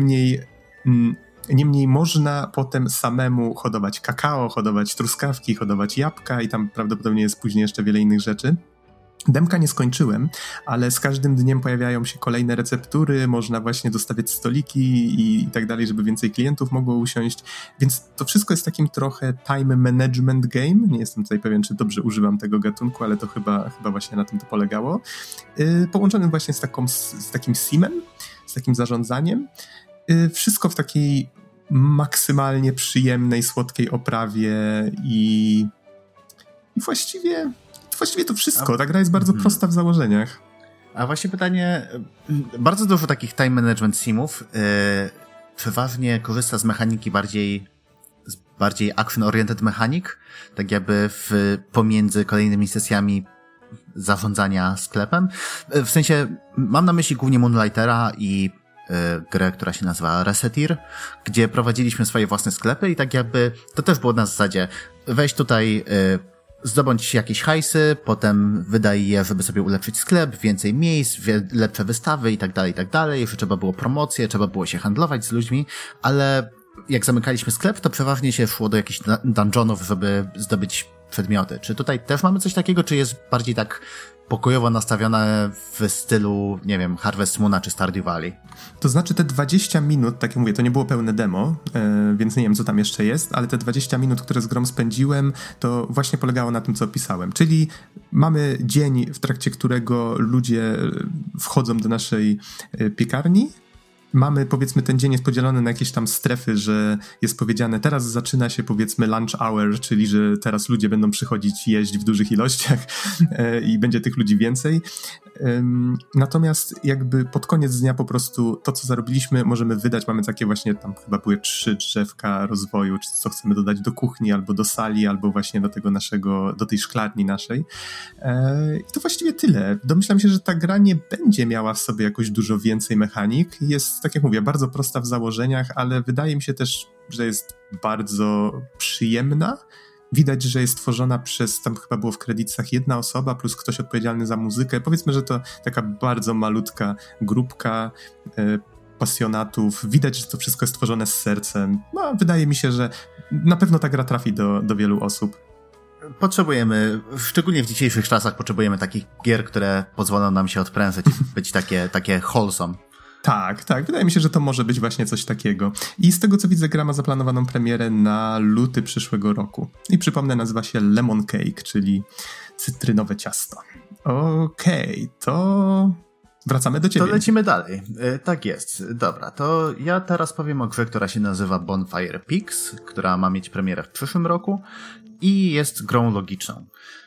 Niemniej można potem samemu hodować kakao, hodować truskawki, hodować jabłka i tam prawdopodobnie jest później jeszcze wiele innych rzeczy. Demka nie skończyłem, ale z każdym dniem pojawiają się kolejne receptury, można właśnie dostawiać stoliki i tak dalej, żeby więcej klientów mogło usiąść, więc to wszystko jest takim trochę time management game. Nie jestem tutaj pewien, czy dobrze używam tego gatunku, ale to chyba właśnie na tym to polegało. Połączonym właśnie z takim simem, z takim zarządzaniem. Wszystko w takiej maksymalnie przyjemnej, słodkiej oprawie i właściwie to wszystko. Ta gra jest bardzo prosta w założeniach. A właśnie pytanie, bardzo dużo takich time management simów przeważnie korzysta z mechaniki bardziej action-oriented mechanic, tak jakby pomiędzy kolejnymi sesjami zarządzania sklepem. W sensie mam na myśli głównie Moonlightera i grę, która się nazywa Resetir, gdzie prowadziliśmy swoje własne sklepy i tak jakby to też było na zasadzie weź tutaj zdobądź jakieś hajsy, potem wydaj je, żeby sobie ulepszyć sklep, więcej miejsc, lepsze wystawy i tak dalej. Jeszcze trzeba było promocje, trzeba było się handlować z ludźmi, ale jak zamykaliśmy sklep, to przeważnie się szło do jakichś dungeonów, żeby zdobyć przedmioty. Czy tutaj też mamy coś takiego, czy jest bardziej tak pokojowo nastawione w stylu, nie wiem, Harvest Moona czy Stardew Valley? To znaczy te 20 minut, tak jak mówię, to nie było pełne demo, więc nie wiem, co tam jeszcze jest, ale te 20 minut, które z grą spędziłem, to właśnie polegało na tym, co opisałem. Czyli mamy dzień, w trakcie którego ludzie wchodzą do naszej piekarni. Mamy, powiedzmy, ten dzień jest podzielony na jakieś tam strefy, że jest powiedziane, teraz zaczyna się, powiedzmy, lunch hour, czyli że teraz ludzie będą przychodzić jeść w dużych ilościach i będzie tych ludzi więcej. Natomiast jakby pod koniec dnia po prostu to, co zarobiliśmy, możemy wydać. Mamy takie właśnie, tam chyba były 3 drzewka rozwoju, czy co chcemy dodać do kuchni, albo do sali, albo właśnie do tej szklarni naszej. I to właściwie tyle. Domyślam się, że ta gra nie będzie miała w sobie jakoś dużo więcej mechanik. Jest, tak jak mówię, bardzo prosta w założeniach, ale wydaje mi się też, że jest bardzo przyjemna. Widać, że jest tworzona przez, tam chyba było w kredytach, 1 osoba plus ktoś odpowiedzialny za muzykę. Powiedzmy, że to taka bardzo malutka grupka. pasjonatów. Widać, że to wszystko jest tworzone z sercem. No, wydaje mi się, że na pewno ta gra trafi do wielu osób. Potrzebujemy, szczególnie w dzisiejszych czasach, potrzebujemy takich gier, które pozwolą nam się odprężyć, być takie wholesome. Tak. Wydaje mi się, że to może być właśnie coś takiego. I z tego, co widzę, gra ma zaplanowaną premierę na luty przyszłego roku. I przypomnę, nazywa się Lemon Cake, czyli cytrynowe ciasto. Okej, to wracamy do ciebie. To lecimy dalej. Tak jest. Dobra, to ja teraz powiem o grze, która się nazywa Bonfire Peaks, która ma mieć premierę w przyszłym roku i jest grą logiczną.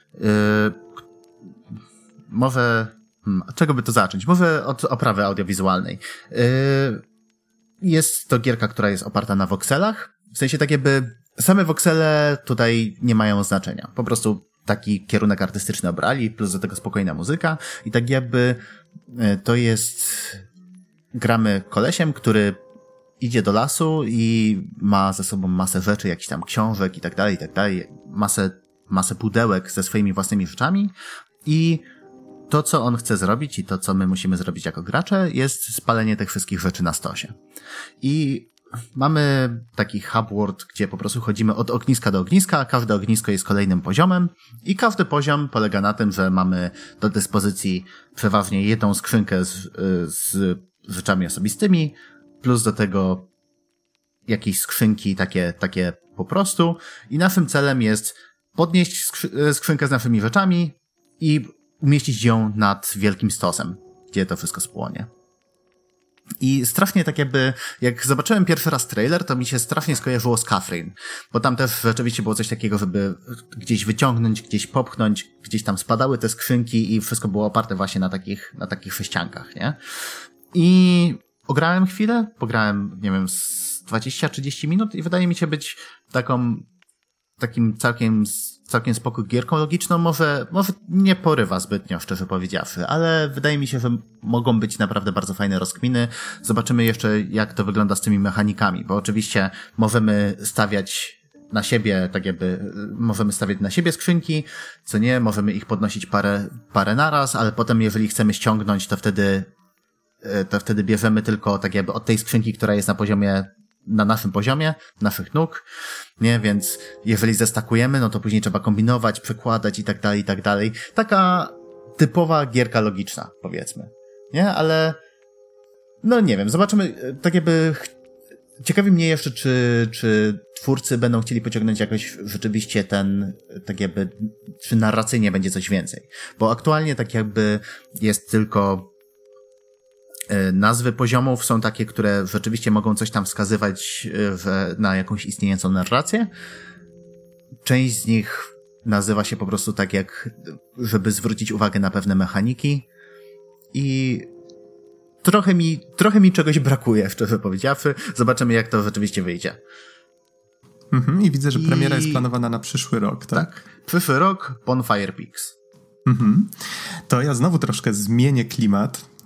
Od czego by to zacząć? Może od oprawy audiowizualnej. Jest to gierka, która jest oparta na wokselach. W sensie tak jakby same woksele tutaj nie mają znaczenia. Po prostu taki kierunek artystyczny obrali, plus do tego spokojna muzyka. I tak jakby to jest... Gramy kolesiem, który idzie do lasu i ma ze sobą masę rzeczy, jakichś tam książek i tak dalej, masę pudełek ze swoimi własnymi rzeczami i to, co on chce zrobić i to, co my musimy zrobić jako gracze, jest spalenie tych wszystkich rzeczy na stosie. I mamy taki hubworld, gdzie po prostu chodzimy od ogniska do ogniska, każde ognisko jest kolejnym poziomem i każdy poziom polega na tym, że mamy do dyspozycji przeważnie jedną skrzynkę z rzeczami osobistymi, plus do tego jakieś skrzynki takie po prostu i naszym celem jest podnieść skrzynkę z naszymi rzeczami i umieścić ją nad wielkim stosem, gdzie to wszystko spłonie. I strasznie tak jakby, jak zobaczyłem pierwszy raz trailer, to mi się strasznie skojarzyło z Catherine, bo tam też rzeczywiście było coś takiego, żeby gdzieś wyciągnąć, gdzieś popchnąć, gdzieś tam spadały te skrzynki i wszystko było oparte właśnie na takich sześciankach, nie? I ograłem chwilę, pograłem, nie wiem, z 20-30 minut i wydaje mi się być takim całkiem spoko gierką logiczną, może nie porywa zbytnio, szczerze powiedziawszy, ale wydaje mi się, że mogą być naprawdę bardzo fajne rozkminy. Zobaczymy jeszcze, jak to wygląda z tymi mechanikami, bo oczywiście możemy stawiać na siebie, możemy stawiać na siebie skrzynki, co nie, możemy ich podnosić parę naraz, ale potem jeżeli chcemy ściągnąć, to wtedy bierzemy tylko tak jakby od tej skrzynki, która jest na naszym poziomie, naszych nóg, nie, więc jeżeli zestakujemy, no to później trzeba kombinować, przekładać i tak dalej. Taka typowa gierka logiczna, powiedzmy, nie, ale no nie wiem, zobaczymy, tak jakby ciekawi mnie jeszcze, czy twórcy będą chcieli pociągnąć jakoś rzeczywiście czy narracyjnie będzie coś więcej, bo aktualnie tak jakby jest tylko nazwy poziomów są takie, które rzeczywiście mogą coś tam wskazywać na jakąś istniejącą narrację. Część z nich nazywa się po prostu tak jak, żeby zwrócić uwagę na pewne mechaniki i trochę mi czegoś brakuje, szczerze powiedziawszy. Zobaczymy, jak to rzeczywiście wyjdzie. I widzę, że premiera jest planowana na przyszły rok, tak? Tak. Przyszły rok, Bonfire Peaks. To ja znowu troszkę zmienię klimat.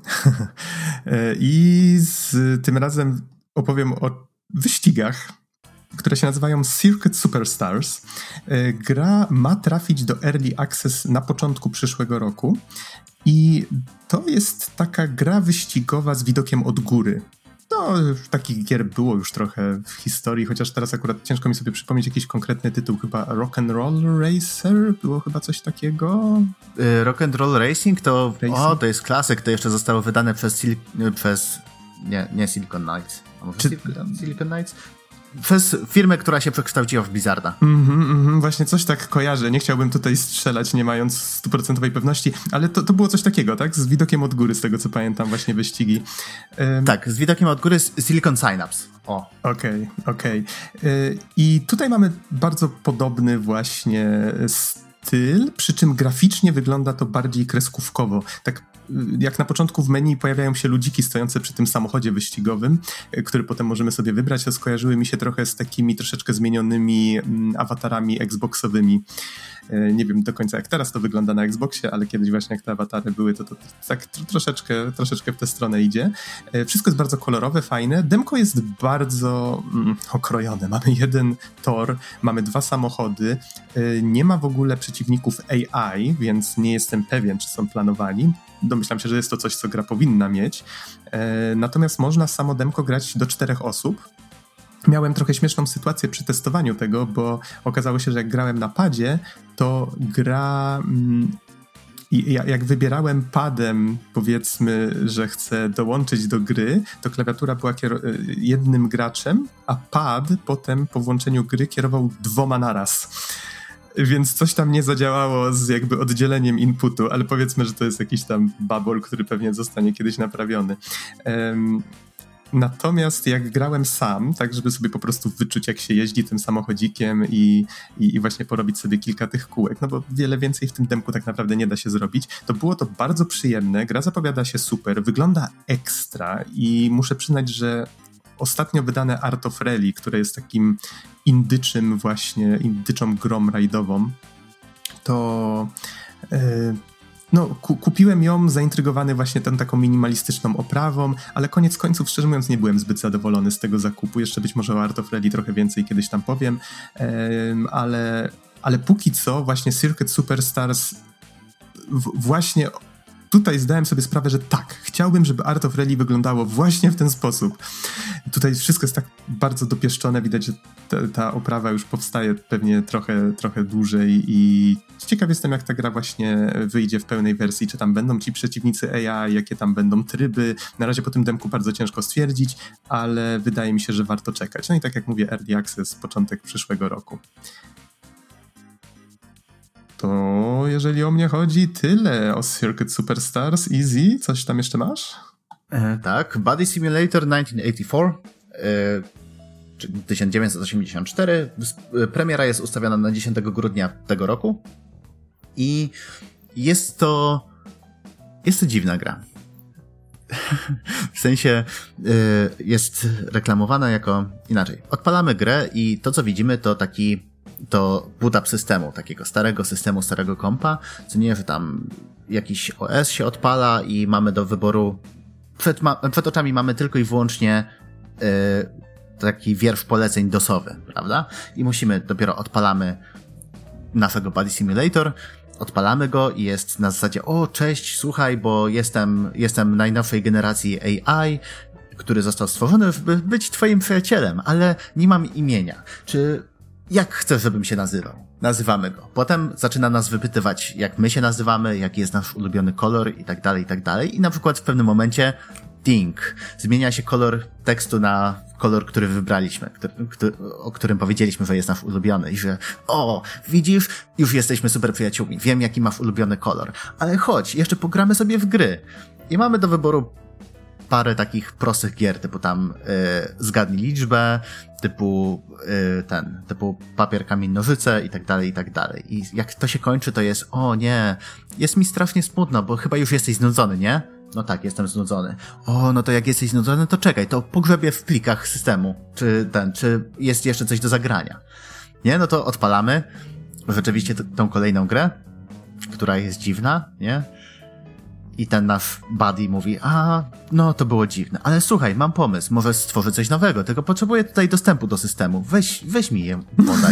I tym razem opowiem o wyścigach, które się nazywają Circuit Superstars. Gra ma trafić do Early Access na początku przyszłego roku i to jest taka gra wyścigowa z widokiem od góry. No, takich gier było już trochę w historii, chociaż teraz akurat ciężko mi sobie przypomnieć jakiś konkretny tytuł, chyba Rock'n'Roll Racer? Było chyba coś takiego? Rock'n'Roll Racing to jest klasyk, to jeszcze zostało wydane przez nie Silicon Knights. A może Silicon Knights? Przez firmę, która się przekształciła w Blizzarda. Właśnie coś tak kojarzę. Nie chciałbym tutaj strzelać, nie mając 100% pewności, ale to było coś takiego, tak? Z widokiem od góry, z tego co pamiętam, właśnie wyścigi. Tak, z widokiem od góry Silicon Synapse. Okej. I tutaj mamy bardzo podobny właśnie styl, przy czym graficznie wygląda to bardziej kreskówkowo. Tak jak na początku w menu pojawiają się ludziki stojące przy tym samochodzie wyścigowym, który potem możemy sobie wybrać, to skojarzyły mi się trochę z takimi troszeczkę zmienionymi awatarami xboxowymi. Nie wiem do końca jak teraz to wygląda na Xboxie, ale kiedyś właśnie jak te awatary były, to tak troszeczkę w tę stronę idzie. Wszystko jest bardzo kolorowe, fajne. Demko jest bardzo okrojone. Mamy jeden tor, mamy 2 samochody. Nie ma w ogóle przeciwników AI, więc nie jestem pewien, czy są planowani. Domyślam się, że jest to coś, co gra powinna mieć. Natomiast można samo demko grać do 4 osób. Miałem trochę śmieszną sytuację przy testowaniu tego, bo okazało się, że jak grałem na padzie, to gra... I jak wybierałem padem, powiedzmy, że chcę dołączyć do gry, to klawiatura była jednym graczem, a pad potem po włączeniu gry kierował 2 naraz. Więc coś tam nie zadziałało z jakby oddzieleniem inputu, ale powiedzmy, że to jest jakiś tam babol, który pewnie zostanie kiedyś naprawiony. Natomiast jak grałem sam, tak żeby sobie po prostu wyczuć jak się jeździ tym samochodzikiem i właśnie porobić sobie kilka tych kółek, no bo wiele więcej w tym demku tak naprawdę nie da się zrobić, to było to bardzo przyjemne, gra zapowiada się super, wygląda ekstra i muszę przyznać, że ostatnio wydane Art of Rally, które jest takim indyczą grą rajdową, to... kupiłem ją zaintrygowany właśnie tą taką minimalistyczną oprawą, ale koniec końców, szczerze mówiąc, nie byłem zbyt zadowolony z tego zakupu. Jeszcze być może o Art of Rally trochę więcej kiedyś tam powiem, ale póki co właśnie Circuit Superstars właśnie tutaj zdałem sobie sprawę, że tak, chciałbym, żeby Art of Rally wyglądało właśnie w ten sposób. Tutaj wszystko jest tak bardzo dopieszczone, widać, że ta oprawa już powstaje pewnie trochę dłużej i ciekaw jestem, jak ta gra właśnie wyjdzie w pełnej wersji, czy tam będą ci przeciwnicy AI, jakie tam będą tryby. Na razie po tym demku bardzo ciężko stwierdzić, ale wydaje mi się, że warto czekać. No i tak jak mówię, Early Access, początek przyszłego roku. To jeżeli o mnie chodzi, tyle o Circuit Superstars. Easy, coś tam jeszcze masz? Tak, Body Simulator 1984, 1984. Premiera jest ustawiona na 10 grudnia tego roku i jest to dziwna gra. W sensie jest reklamowana jako inaczej. Odpalamy grę i to, co widzimy, to boot-up systemu, takiego starego kompa, co nie, że tam jakiś OS się odpala i mamy do wyboru, przed oczami mamy tylko i wyłącznie taki wiersz poleceń DOS-owy, prawda? I dopiero odpalamy naszego Body Simulator, odpalamy go i jest na zasadzie, o cześć, słuchaj, bo jestem najnowszej generacji AI, który został stworzony, by być twoim przyjacielem, ale nie mam imienia. Jak chcesz, żebym się nazywał? Nazywamy go. Potem zaczyna nas wypytywać, jak my się nazywamy, jaki jest nasz ulubiony kolor i tak dalej, i tak dalej. I na przykład w pewnym momencie ding. Zmienia się kolor tekstu na kolor, który wybraliśmy, o którym powiedzieliśmy, że jest nasz ulubiony i że widzisz, już jesteśmy super przyjaciółmi, wiem jaki masz ulubiony kolor, ale chodź, jeszcze pogramy sobie w gry. I mamy do wyboru parę takich prostych gier, typu tam zgadnij liczbę, typu papier, kamień, nożyce i tak dalej, i tak dalej. I jak to się kończy, to jest, o nie, jest mi strasznie smutno, bo chyba już jesteś znudzony, nie? No tak, jestem znudzony. No to jak jesteś znudzony, to czekaj, to pogrzebię w plikach systemu, czy jest jeszcze coś do zagrania. Nie? No to odpalamy rzeczywiście tą kolejną grę, która jest dziwna, nie? I ten nasz buddy mówi, no to było dziwne, ale słuchaj, mam pomysł, może stworzę coś nowego, tylko potrzebuję tutaj dostępu do systemu, weź mi je podaj.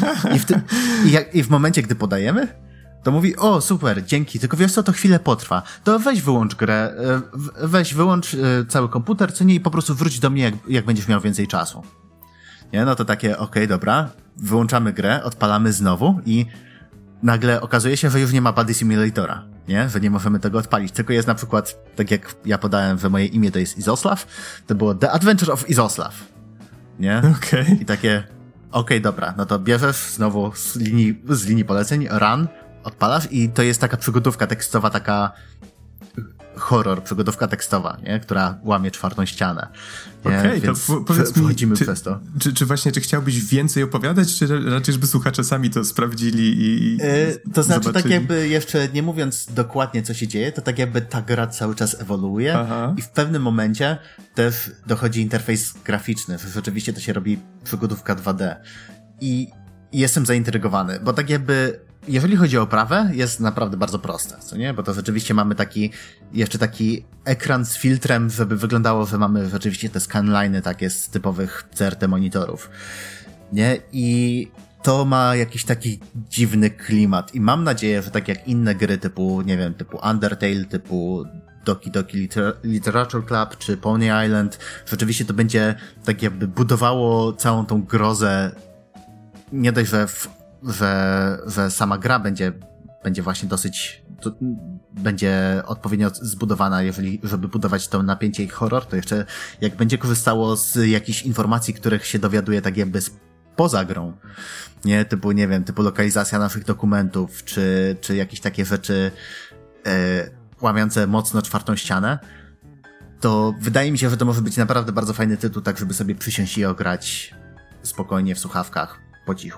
I w momencie, gdy podajemy, to mówi, super, dzięki, tylko wiesz co, to chwilę potrwa, to weź wyłącz grę, wyłącz cały komputer, co nie, i po prostu wróć do mnie, jak będziesz miał więcej czasu. Nie, no to takie, okej, dobra, wyłączamy grę, odpalamy znowu i nagle okazuje się, że już nie ma Body Simulatora, nie? Że nie możemy tego odpalić, tylko jest na przykład, tak jak ja podałem, że moje imię to jest Izoslav, to było The Adventure of Izoslav, nie? Okej. I takie, dobra, no to bierzesz znowu z linii poleceń, run, odpalasz i to jest taka przygodówka tekstowa, taka horror, przygodówka tekstowa, nie? Która łamie 4. ścianę. Okej, to powiedz mi, przez to. Czy chciałbyś więcej opowiadać, czy raczej, żeby słuchacze sami to sprawdzili i to znaczy, zobaczyli? tak jakby jeszcze nie mówiąc dokładnie, co się dzieje, to tak jakby ta gra cały czas ewoluuje. Aha. I w pewnym momencie też dochodzi interfejs graficzny, że rzeczywiście to się robi przygodówka 2D. I jestem zaintrygowany, bo tak jakby jeżeli chodzi o oprawę, jest naprawdę bardzo proste, co nie? Bo to rzeczywiście mamy jeszcze taki ekran z filtrem, żeby wyglądało, że mamy rzeczywiście te scanliny takie z typowych CRT monitorów, nie? I to ma jakiś taki dziwny klimat i mam nadzieję, że tak jak inne gry typu, nie wiem, typu Undertale, typu Doki Doki Literature Club czy Pony Island, rzeczywiście to będzie tak jakby budowało całą tą grozę, nie dość, że sama gra będzie właśnie będzie odpowiednio zbudowana, żeby budować to napięcie i horror, to jeszcze jak będzie korzystało z jakichś informacji, których się dowiaduje tak jakby poza grą, nie? Typu, nie wiem, typu lokalizacja naszych dokumentów, czy jakieś takie rzeczy łamiące mocno czwartą ścianę, to wydaje mi się, że to może być naprawdę bardzo fajny tytuł, tak żeby sobie przysiąść i ograć spokojnie w słuchawkach, po cichu.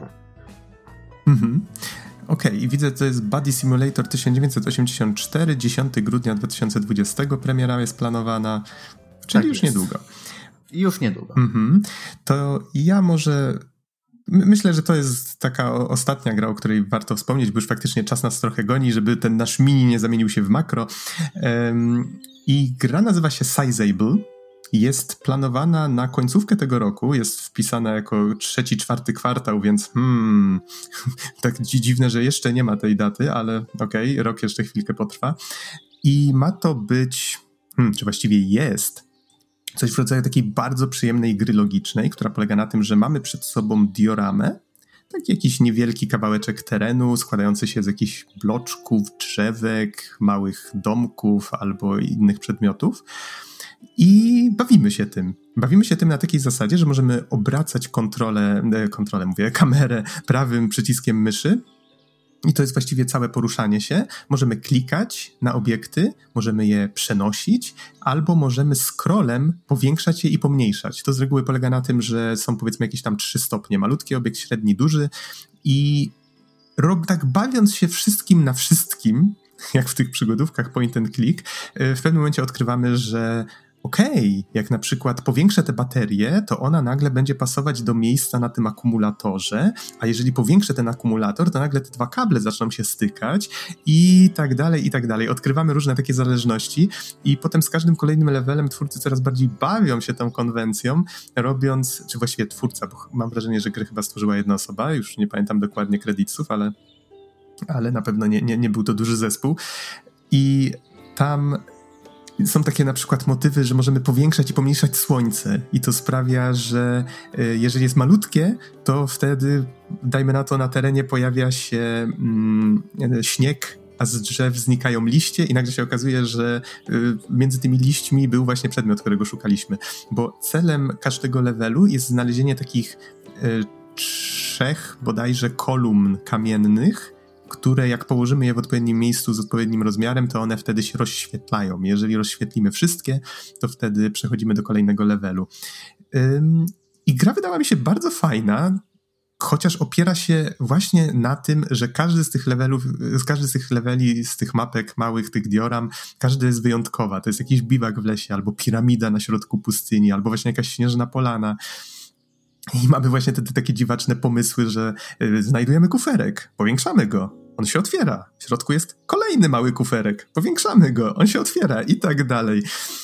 Okej, i widzę, to jest Buddy Simulator 1984, 10 grudnia 2020, premiera jest planowana, czyli tak już niedługo. Już niedługo. To ja może... Myślę, że to jest taka ostatnia gra, o której warto wspomnieć, bo już faktycznie czas nas trochę goni, żeby ten nasz mini nie zamienił się w makro. I gra nazywa się Sizable. Jest planowana na końcówkę tego roku, jest wpisana jako 3-4 kwartał, więc tak dziwne, że jeszcze nie ma tej daty, ale okej, rok jeszcze chwilkę potrwa. I ma to być, czy właściwie jest, coś w rodzaju takiej bardzo przyjemnej gry logicznej, która polega na tym, że mamy przed sobą dioramę, taki jakiś niewielki kawałeczek terenu składający się z jakichś bloczków, drzewek, małych domków albo innych przedmiotów. I bawimy się tym. Bawimy się tym na takiej zasadzie, że możemy obracać kamerę prawym przyciskiem myszy. I to jest właściwie całe poruszanie się. Możemy klikać na obiekty, możemy je przenosić, albo możemy scrollem powiększać je i pomniejszać. To z reguły polega na tym, że są powiedzmy jakieś tam 3 stopnie. Malutki obiekt, średni, duży. I tak bawiąc się wszystkim na wszystkim, jak w tych przygodówkach point and click, w pewnym momencie odkrywamy, że jak na przykład powiększę tę baterię, to ona nagle będzie pasować do miejsca na tym akumulatorze, a jeżeli powiększę ten akumulator, to nagle te 2 kable zaczną się stykać i tak dalej, i tak dalej. Odkrywamy różne takie zależności i potem z każdym kolejnym levelem twórcy coraz bardziej bawią się tą konwencją, robiąc, czy właściwie twórca, bo mam wrażenie, że grę chyba stworzyła jedna osoba, już nie pamiętam dokładnie kredytów, ale na pewno nie był to duży zespół. I tam są takie na przykład motywy, że możemy powiększać i pomniejszać słońce i to sprawia, że jeżeli jest malutkie, to wtedy, dajmy na to, na terenie pojawia się śnieg, a z drzew znikają liście i nagle się okazuje, że między tymi liśćmi był właśnie przedmiot, którego szukaliśmy. Bo celem każdego levelu jest znalezienie takich 3 bodajże kolumn kamiennych, które jak położymy je w odpowiednim miejscu z odpowiednim rozmiarem, to one wtedy się rozświetlają. Jeżeli rozświetlimy wszystkie, to wtedy przechodzimy do kolejnego levelu. I gra wydała mi się bardzo fajna, chociaż opiera się właśnie na tym, że każdy z tych leveli, z tych mapek małych, tych dioram, każdy jest wyjątkowa. To jest jakiś biwak w lesie, albo piramida na środku pustyni, albo właśnie jakaś śnieżna polana. I mamy właśnie te takie dziwaczne pomysły, że znajdujemy kuferek, powiększamy go, on się otwiera. W środku jest kolejny mały kuferek, powiększamy go, on się otwiera i tak dalej.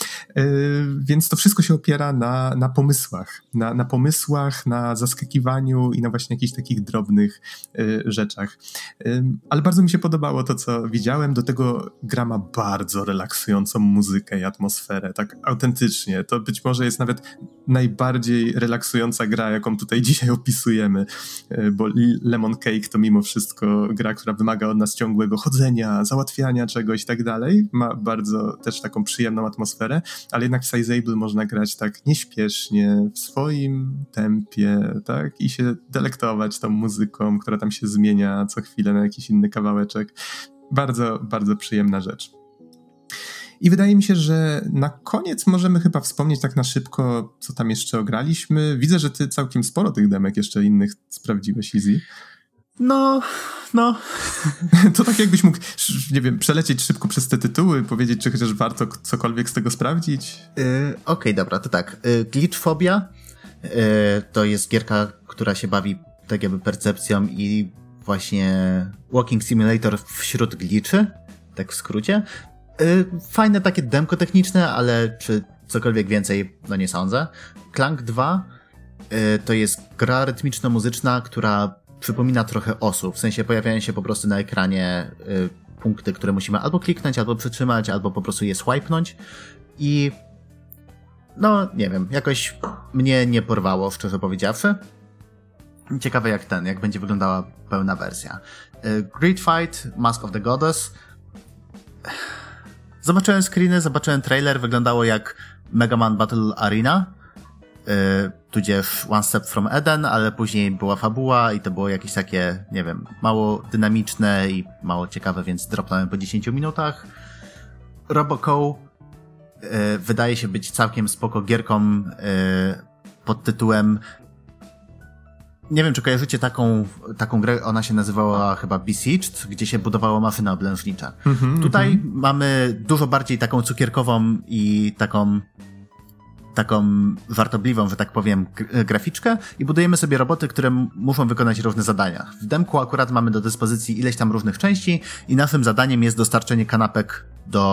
Więc to wszystko się opiera na pomysłach. Na pomysłach, na zaskakiwaniu i na właśnie jakichś takich drobnych rzeczach. Ale bardzo mi się podobało to, co widziałem. Do tego gra ma bardzo relaksującą muzykę i atmosferę. Tak autentycznie. To być może jest nawet najbardziej relaksująca gra, jaką tutaj dzisiaj opisujemy. Bo Lemon Cake to mimo wszystko gra, która wymaga od nas ciągłego chodzenia, załatwiania czegoś i tak dalej. Ma bardzo też taką przyjemną atmosferę, ale jednak w Sizable można grać tak nieśpiesznie, w swoim tempie, tak? I się delektować tą muzyką, która tam się zmienia co chwilę na jakiś inny kawałeczek. Bardzo, bardzo przyjemna rzecz. I wydaje mi się, że na koniec możemy chyba wspomnieć tak na szybko, co tam jeszcze ograliśmy. Widzę, że ty całkiem sporo tych demek jeszcze innych sprawdziłeś, Easy. No. To tak jakbyś mógł, nie wiem, przelecieć szybko przez te tytuły, powiedzieć, czy chociaż warto cokolwiek z tego sprawdzić? Okej, dobra, to tak. Glitchphobia to jest gierka, która się bawi tak jakby percepcją i właśnie walking simulator wśród gliczy, tak w skrócie. Fajne takie demko techniczne, ale czy cokolwiek więcej, no nie sądzę. Clank 2 to jest gra rytmiczno-muzyczna, która przypomina trochę Osu, w sensie pojawiają się po prostu na ekranie punkty, które musimy albo kliknąć, albo przytrzymać, albo po prostu je swipenąć i no nie wiem, jakoś mnie nie porwało, szczerze powiedziawszy. Ciekawe jak będzie wyglądała pełna wersja. Grid Fight, Mask of the Goddess. Zobaczyłem screeny, zobaczyłem trailer, wyglądało jak Mega Man Battle Arena, tudzież One Step from Eden, ale później była fabuła i to było jakieś takie, nie wiem, mało dynamiczne i mało ciekawe, więc dropnąłem po 10 minutach. Roboco wydaje się być całkiem spoko gierką pod tytułem, nie wiem, czy kojarzycie taką grę, ona się nazywała chyba Besieged, gdzie się budowało maszyny oblężnicze. Tutaj mamy dużo bardziej taką cukierkową i taką żartobliwą, że tak powiem, graficzkę i budujemy sobie roboty, które muszą wykonać różne zadania. W demku akurat mamy do dyspozycji ileś tam różnych części i naszym zadaniem jest dostarczenie kanapek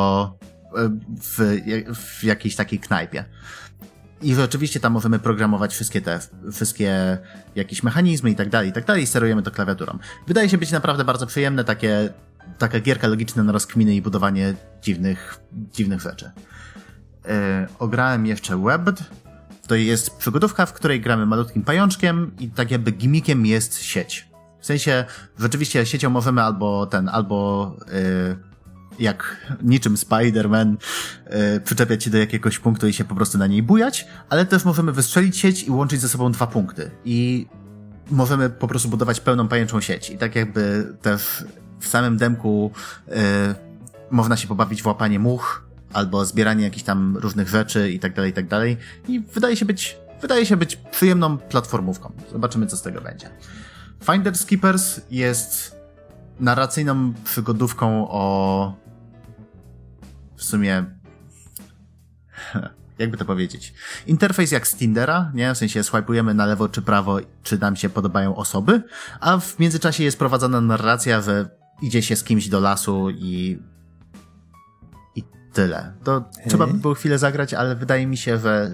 w jakiejś takiej knajpie. I rzeczywiście tam możemy programować wszystkie jakieś mechanizmy i tak dalej, sterujemy to klawiaturą. Wydaje się być naprawdę bardzo przyjemne, taka gierka logiczna na rozkminy i budowanie dziwnych rzeczy. Ograłem jeszcze Webbed. To jest przygodówka, w której gramy malutkim pajączkiem i tak jakby gimmickiem jest sieć. W sensie, rzeczywiście siecią możemy albo jak niczym Spider-Man przyczepiać się do jakiegoś punktu i się po prostu na niej bujać, ale też możemy wystrzelić sieć i łączyć ze sobą 2 punkty. I możemy po prostu budować pełną pajęczą sieć. I tak jakby też w samym demku można się pobawić w łapanie much, albo zbieranie jakichś tam różnych rzeczy i tak dalej. I wydaje się być przyjemną platformówką. Zobaczymy, co z tego będzie. Finders Keepers jest narracyjną przygodówką o... w sumie... jakby to powiedzieć? Interfejs jak z Tindera, nie? W sensie swajpujemy na lewo czy prawo, czy nam się podobają osoby, a w międzyczasie jest prowadzona narracja, że idzie się z kimś do lasu i tyle. To trzeba by było chwilę zagrać, ale wydaje mi się, że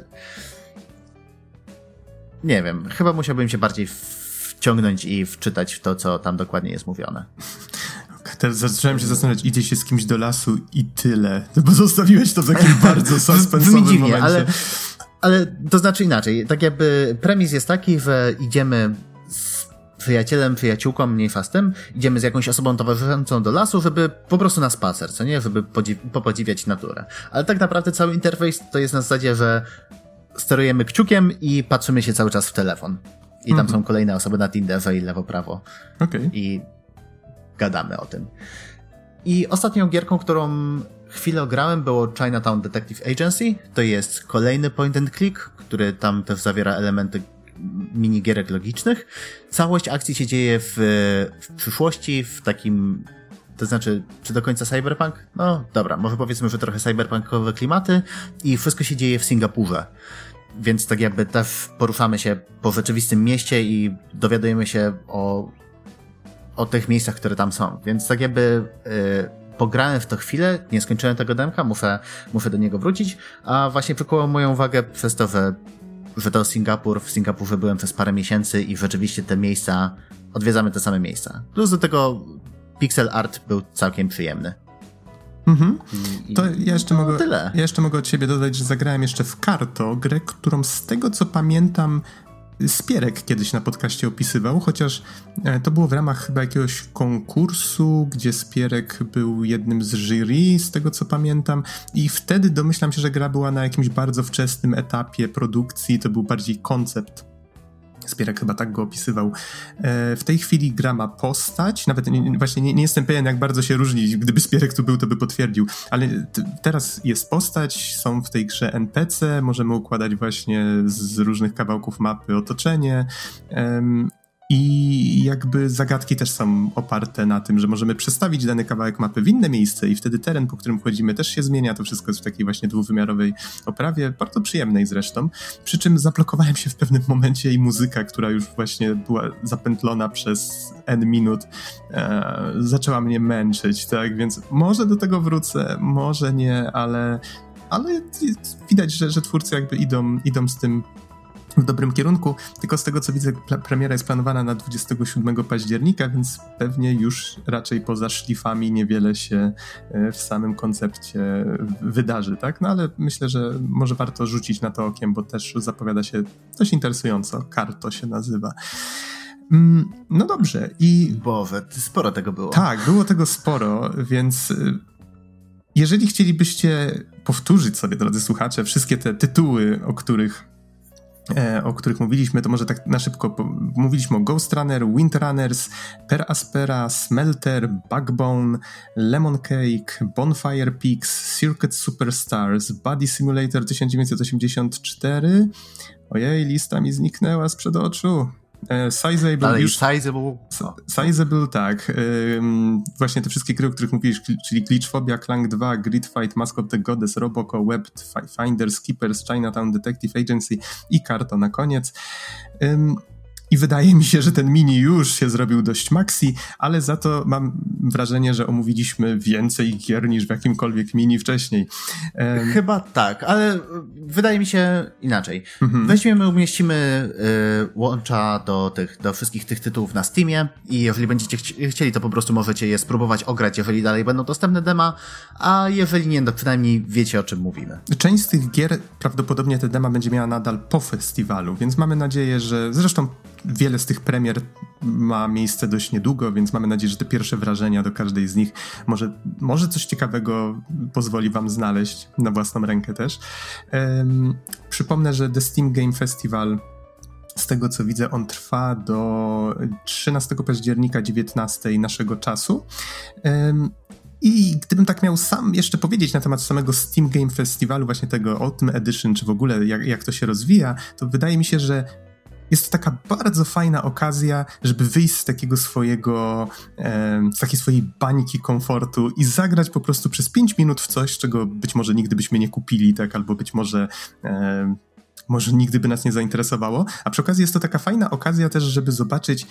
nie wiem, chyba musiałbym się bardziej wciągnąć i wczytać w to, co tam dokładnie jest mówione. Teraz zacząłem się zastanawiać, idzie się z kimś do lasu i tyle. Bo zostawiłeś to w takim bardzo suspensowym momencie. Ale to znaczy inaczej. Tak jakby premis jest taki, że idziemy z przyjaciółką, mniejsza z tym, idziemy z jakąś osobą towarzyszącą do lasu, żeby po prostu na spacer, co nie? Żeby popodziwiać naturę. Ale tak naprawdę cały interfejs to jest na zasadzie, że sterujemy kciukiem i patrzymy się cały czas w telefon. I tam są kolejne osoby na Tinderze i lewo-prawo. Okay. I gadamy o tym. I ostatnią gierką, którą chwilę grałem, było Chinatown Detective Agency. To jest kolejny point and click, który tam też zawiera elementy minigierek logicznych. Całość akcji się dzieje w przyszłości, w takim... To znaczy, czy do końca cyberpunk? No dobra, może powiedzmy, że trochę cyberpunkowe klimaty i wszystko się dzieje w Singapurze. Więc tak jakby też poruszamy się po rzeczywistym mieście i dowiadujemy się o tych miejscach, które tam są. Więc tak jakby pograłem w to chwilę, nie skończyłem tego demka, muszę do niego wrócić, a właśnie przykuło moją uwagę przez to, że to Singapur, w Singapurze byłem przez parę miesięcy i rzeczywiście te miejsca, odwiedzamy te same miejsca. Plus do tego pixel art był całkiem przyjemny. To ja jeszcze mogę od siebie dodać, że zagrałem jeszcze w Karto, grę, którą z tego co pamiętam Spierek kiedyś na podcaście opisywał, chociaż to było w ramach chyba jakiegoś konkursu, gdzie Spierek był jednym z jury, z tego co pamiętam, i wtedy domyślam się, że gra była na jakimś bardzo wczesnym etapie produkcji, to był bardziej koncept. Spierek chyba tak go opisywał. W tej chwili gra ma postać, nawet właśnie nie jestem pewien, jak bardzo się różni, gdyby Spierek tu był, to by potwierdził, ale teraz jest postać, są w tej grze NPC, możemy układać właśnie z różnych kawałków mapy otoczenie I jakby zagadki też są oparte na tym, że możemy przestawić dany kawałek mapy w inne miejsce i wtedy teren, po którym wchodzimy, też się zmienia. To wszystko jest w takiej właśnie dwuwymiarowej oprawie, bardzo przyjemnej zresztą. Przy czym zablokowałem się w pewnym momencie i muzyka, która już właśnie była zapętlona przez N minut, zaczęła mnie męczyć, tak? Więc może do tego wrócę, może nie, ale widać, że twórcy jakby idą z tym w dobrym kierunku, tylko z tego co widzę premiera jest planowana na 27 października, więc pewnie już raczej poza szlifami niewiele się w samym koncepcie wydarzy, tak? No ale myślę, że może warto rzucić na to okiem, bo też zapowiada się dość interesująco. Karto się nazywa. No dobrze i... Boże, sporo tego było. Tak, było tego sporo, więc jeżeli chcielibyście powtórzyć sobie, drodzy słuchacze, wszystkie te tytuły, o których mówiliśmy, to może tak na szybko mówiliśmy o Ghost Runner, Wind Runners, Per Aspera, Smelter, Backbone, Lemon Cake, Bonfire Peaks, Circuit Superstars, Body Simulator 1984. Ojej, lista mi zniknęła sprzed oczu. Sizable. Ale już Sizable. Sizable, tak. Właśnie te wszystkie gry, o których mówiłeś, czyli Glitchphobia, Clank 2, Grid Fight, Mask of the Goddess, Roboco, Web Finder, Skippers, Chinatown Detective Agency i Karto na koniec. I wydaje mi się, że ten mini już się zrobił dość maxi, ale za to mam wrażenie, że omówiliśmy więcej gier niż w jakimkolwiek mini wcześniej. Chyba tak, ale wydaje mi się inaczej. Weźmiemy, umieścimy łącza do wszystkich tych tytułów na Steamie i jeżeli będziecie chcieli, to po prostu możecie je spróbować ograć, jeżeli dalej będą dostępne dema, a jeżeli nie, to przynajmniej wiecie, o czym mówimy. Część z tych gier prawdopodobnie te dema będzie miała nadal po festiwalu, więc mamy nadzieję, że zresztą wiele z tych premier ma miejsce dość niedługo, więc mamy nadzieję, że te pierwsze wrażenia do każdej z nich może coś ciekawego pozwoli wam znaleźć na własną rękę też. Przypomnę, że The Steam Game Festival, z tego co widzę, on trwa do 13 października 19 naszego czasu. I gdybym tak miał sam jeszcze powiedzieć na temat samego Steam Game Festivalu, właśnie tego Autumn Edition, czy w ogóle jak to się rozwija, to wydaje mi się, że jest to taka bardzo fajna okazja, żeby wyjść z takiego z takiej swojej bańki komfortu i zagrać po prostu przez 5 minut w coś, czego być może nigdy byśmy nie kupili, tak, albo być może nigdy by nas nie zainteresowało, a przy okazji jest to taka fajna okazja też, żeby zobaczyć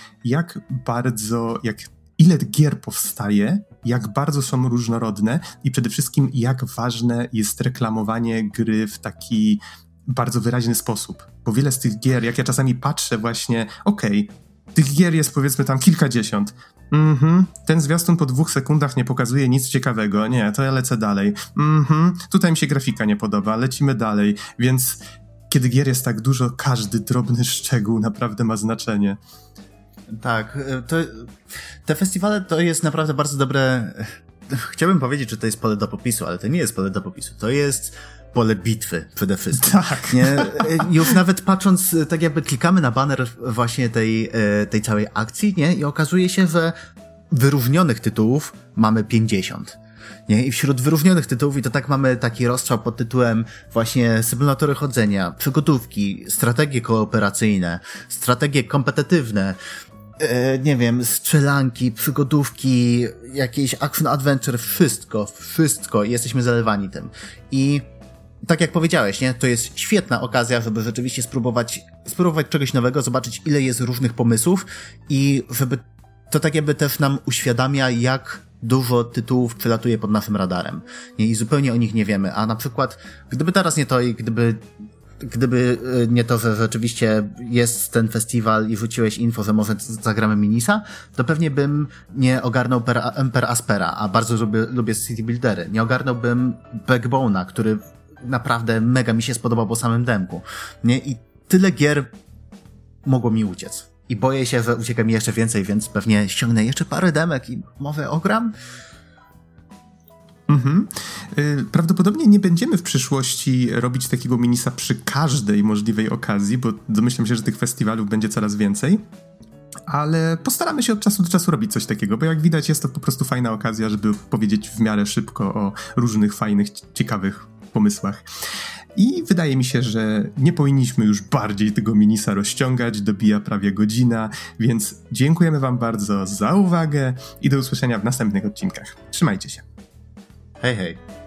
ile gier powstaje, jak bardzo są różnorodne i przede wszystkim jak ważne jest reklamowanie gry w taki bardzo wyraźny sposób. Bo wiele z tych gier, jak ja czasami patrzę właśnie, tych gier jest powiedzmy tam kilkadziesiąt. Ten zwiastun po 2 sekundach nie pokazuje nic ciekawego. Nie, to ja lecę dalej. Tutaj mi się grafika nie podoba, lecimy dalej. Więc kiedy gier jest tak dużo, każdy drobny szczegół naprawdę ma znaczenie. Tak, te festiwale to jest naprawdę bardzo dobre... Chciałbym powiedzieć, że to jest pole do popisu, ale to nie jest pole do popisu. To jest pole bitwy przede wszystkim. Tak. Nie? Już nawet patrząc, tak jakby klikamy na baner właśnie tej całej akcji, nie? I okazuje się, że wyróżnionych tytułów mamy 50. Nie? I wśród wyróżnionych tytułów, i to tak mamy taki rozstrzał pod tytułem właśnie symulatory chodzenia, przygodówki, strategie kooperacyjne, strategie kompetytywne, nie wiem, strzelanki, przygodówki, jakieś action-adventure, wszystko i jesteśmy zalewani tym. I tak jak powiedziałeś, nie, to jest świetna okazja, żeby rzeczywiście spróbować czegoś nowego, zobaczyć ile jest różnych pomysłów i żeby to tak jakby też nam uświadamia, jak dużo tytułów przelatuje pod naszym radarem. Nie? I zupełnie o nich nie wiemy. A na przykład, gdyby teraz nie to i gdyby nie to, że rzeczywiście jest ten festiwal i rzuciłeś info, że może zagramy Minisa, to pewnie bym nie ogarnął Per Aspera, a bardzo lubię City Buildery. Nie ogarnąłbym Backbone'a, który naprawdę mega mi się spodobał po samym demku. Nie? I tyle gier mogło mi uciec. I boję się, że ucieka mi jeszcze więcej, więc pewnie ściągnę jeszcze parę demek i może ogram. Prawdopodobnie nie będziemy w przyszłości robić takiego minisa przy każdej możliwej okazji, bo domyślam się, że tych festiwalów będzie coraz więcej, ale postaramy się od czasu do czasu robić coś takiego, bo jak widać jest to po prostu fajna okazja, żeby powiedzieć w miarę szybko o różnych fajnych, ciekawych pomysłach. I wydaje mi się, że nie powinniśmy już bardziej tego minisa rozciągać, dobija prawie godzina, więc dziękujemy wam bardzo za uwagę i do usłyszenia w następnych odcinkach. Trzymajcie się. Hej, hej.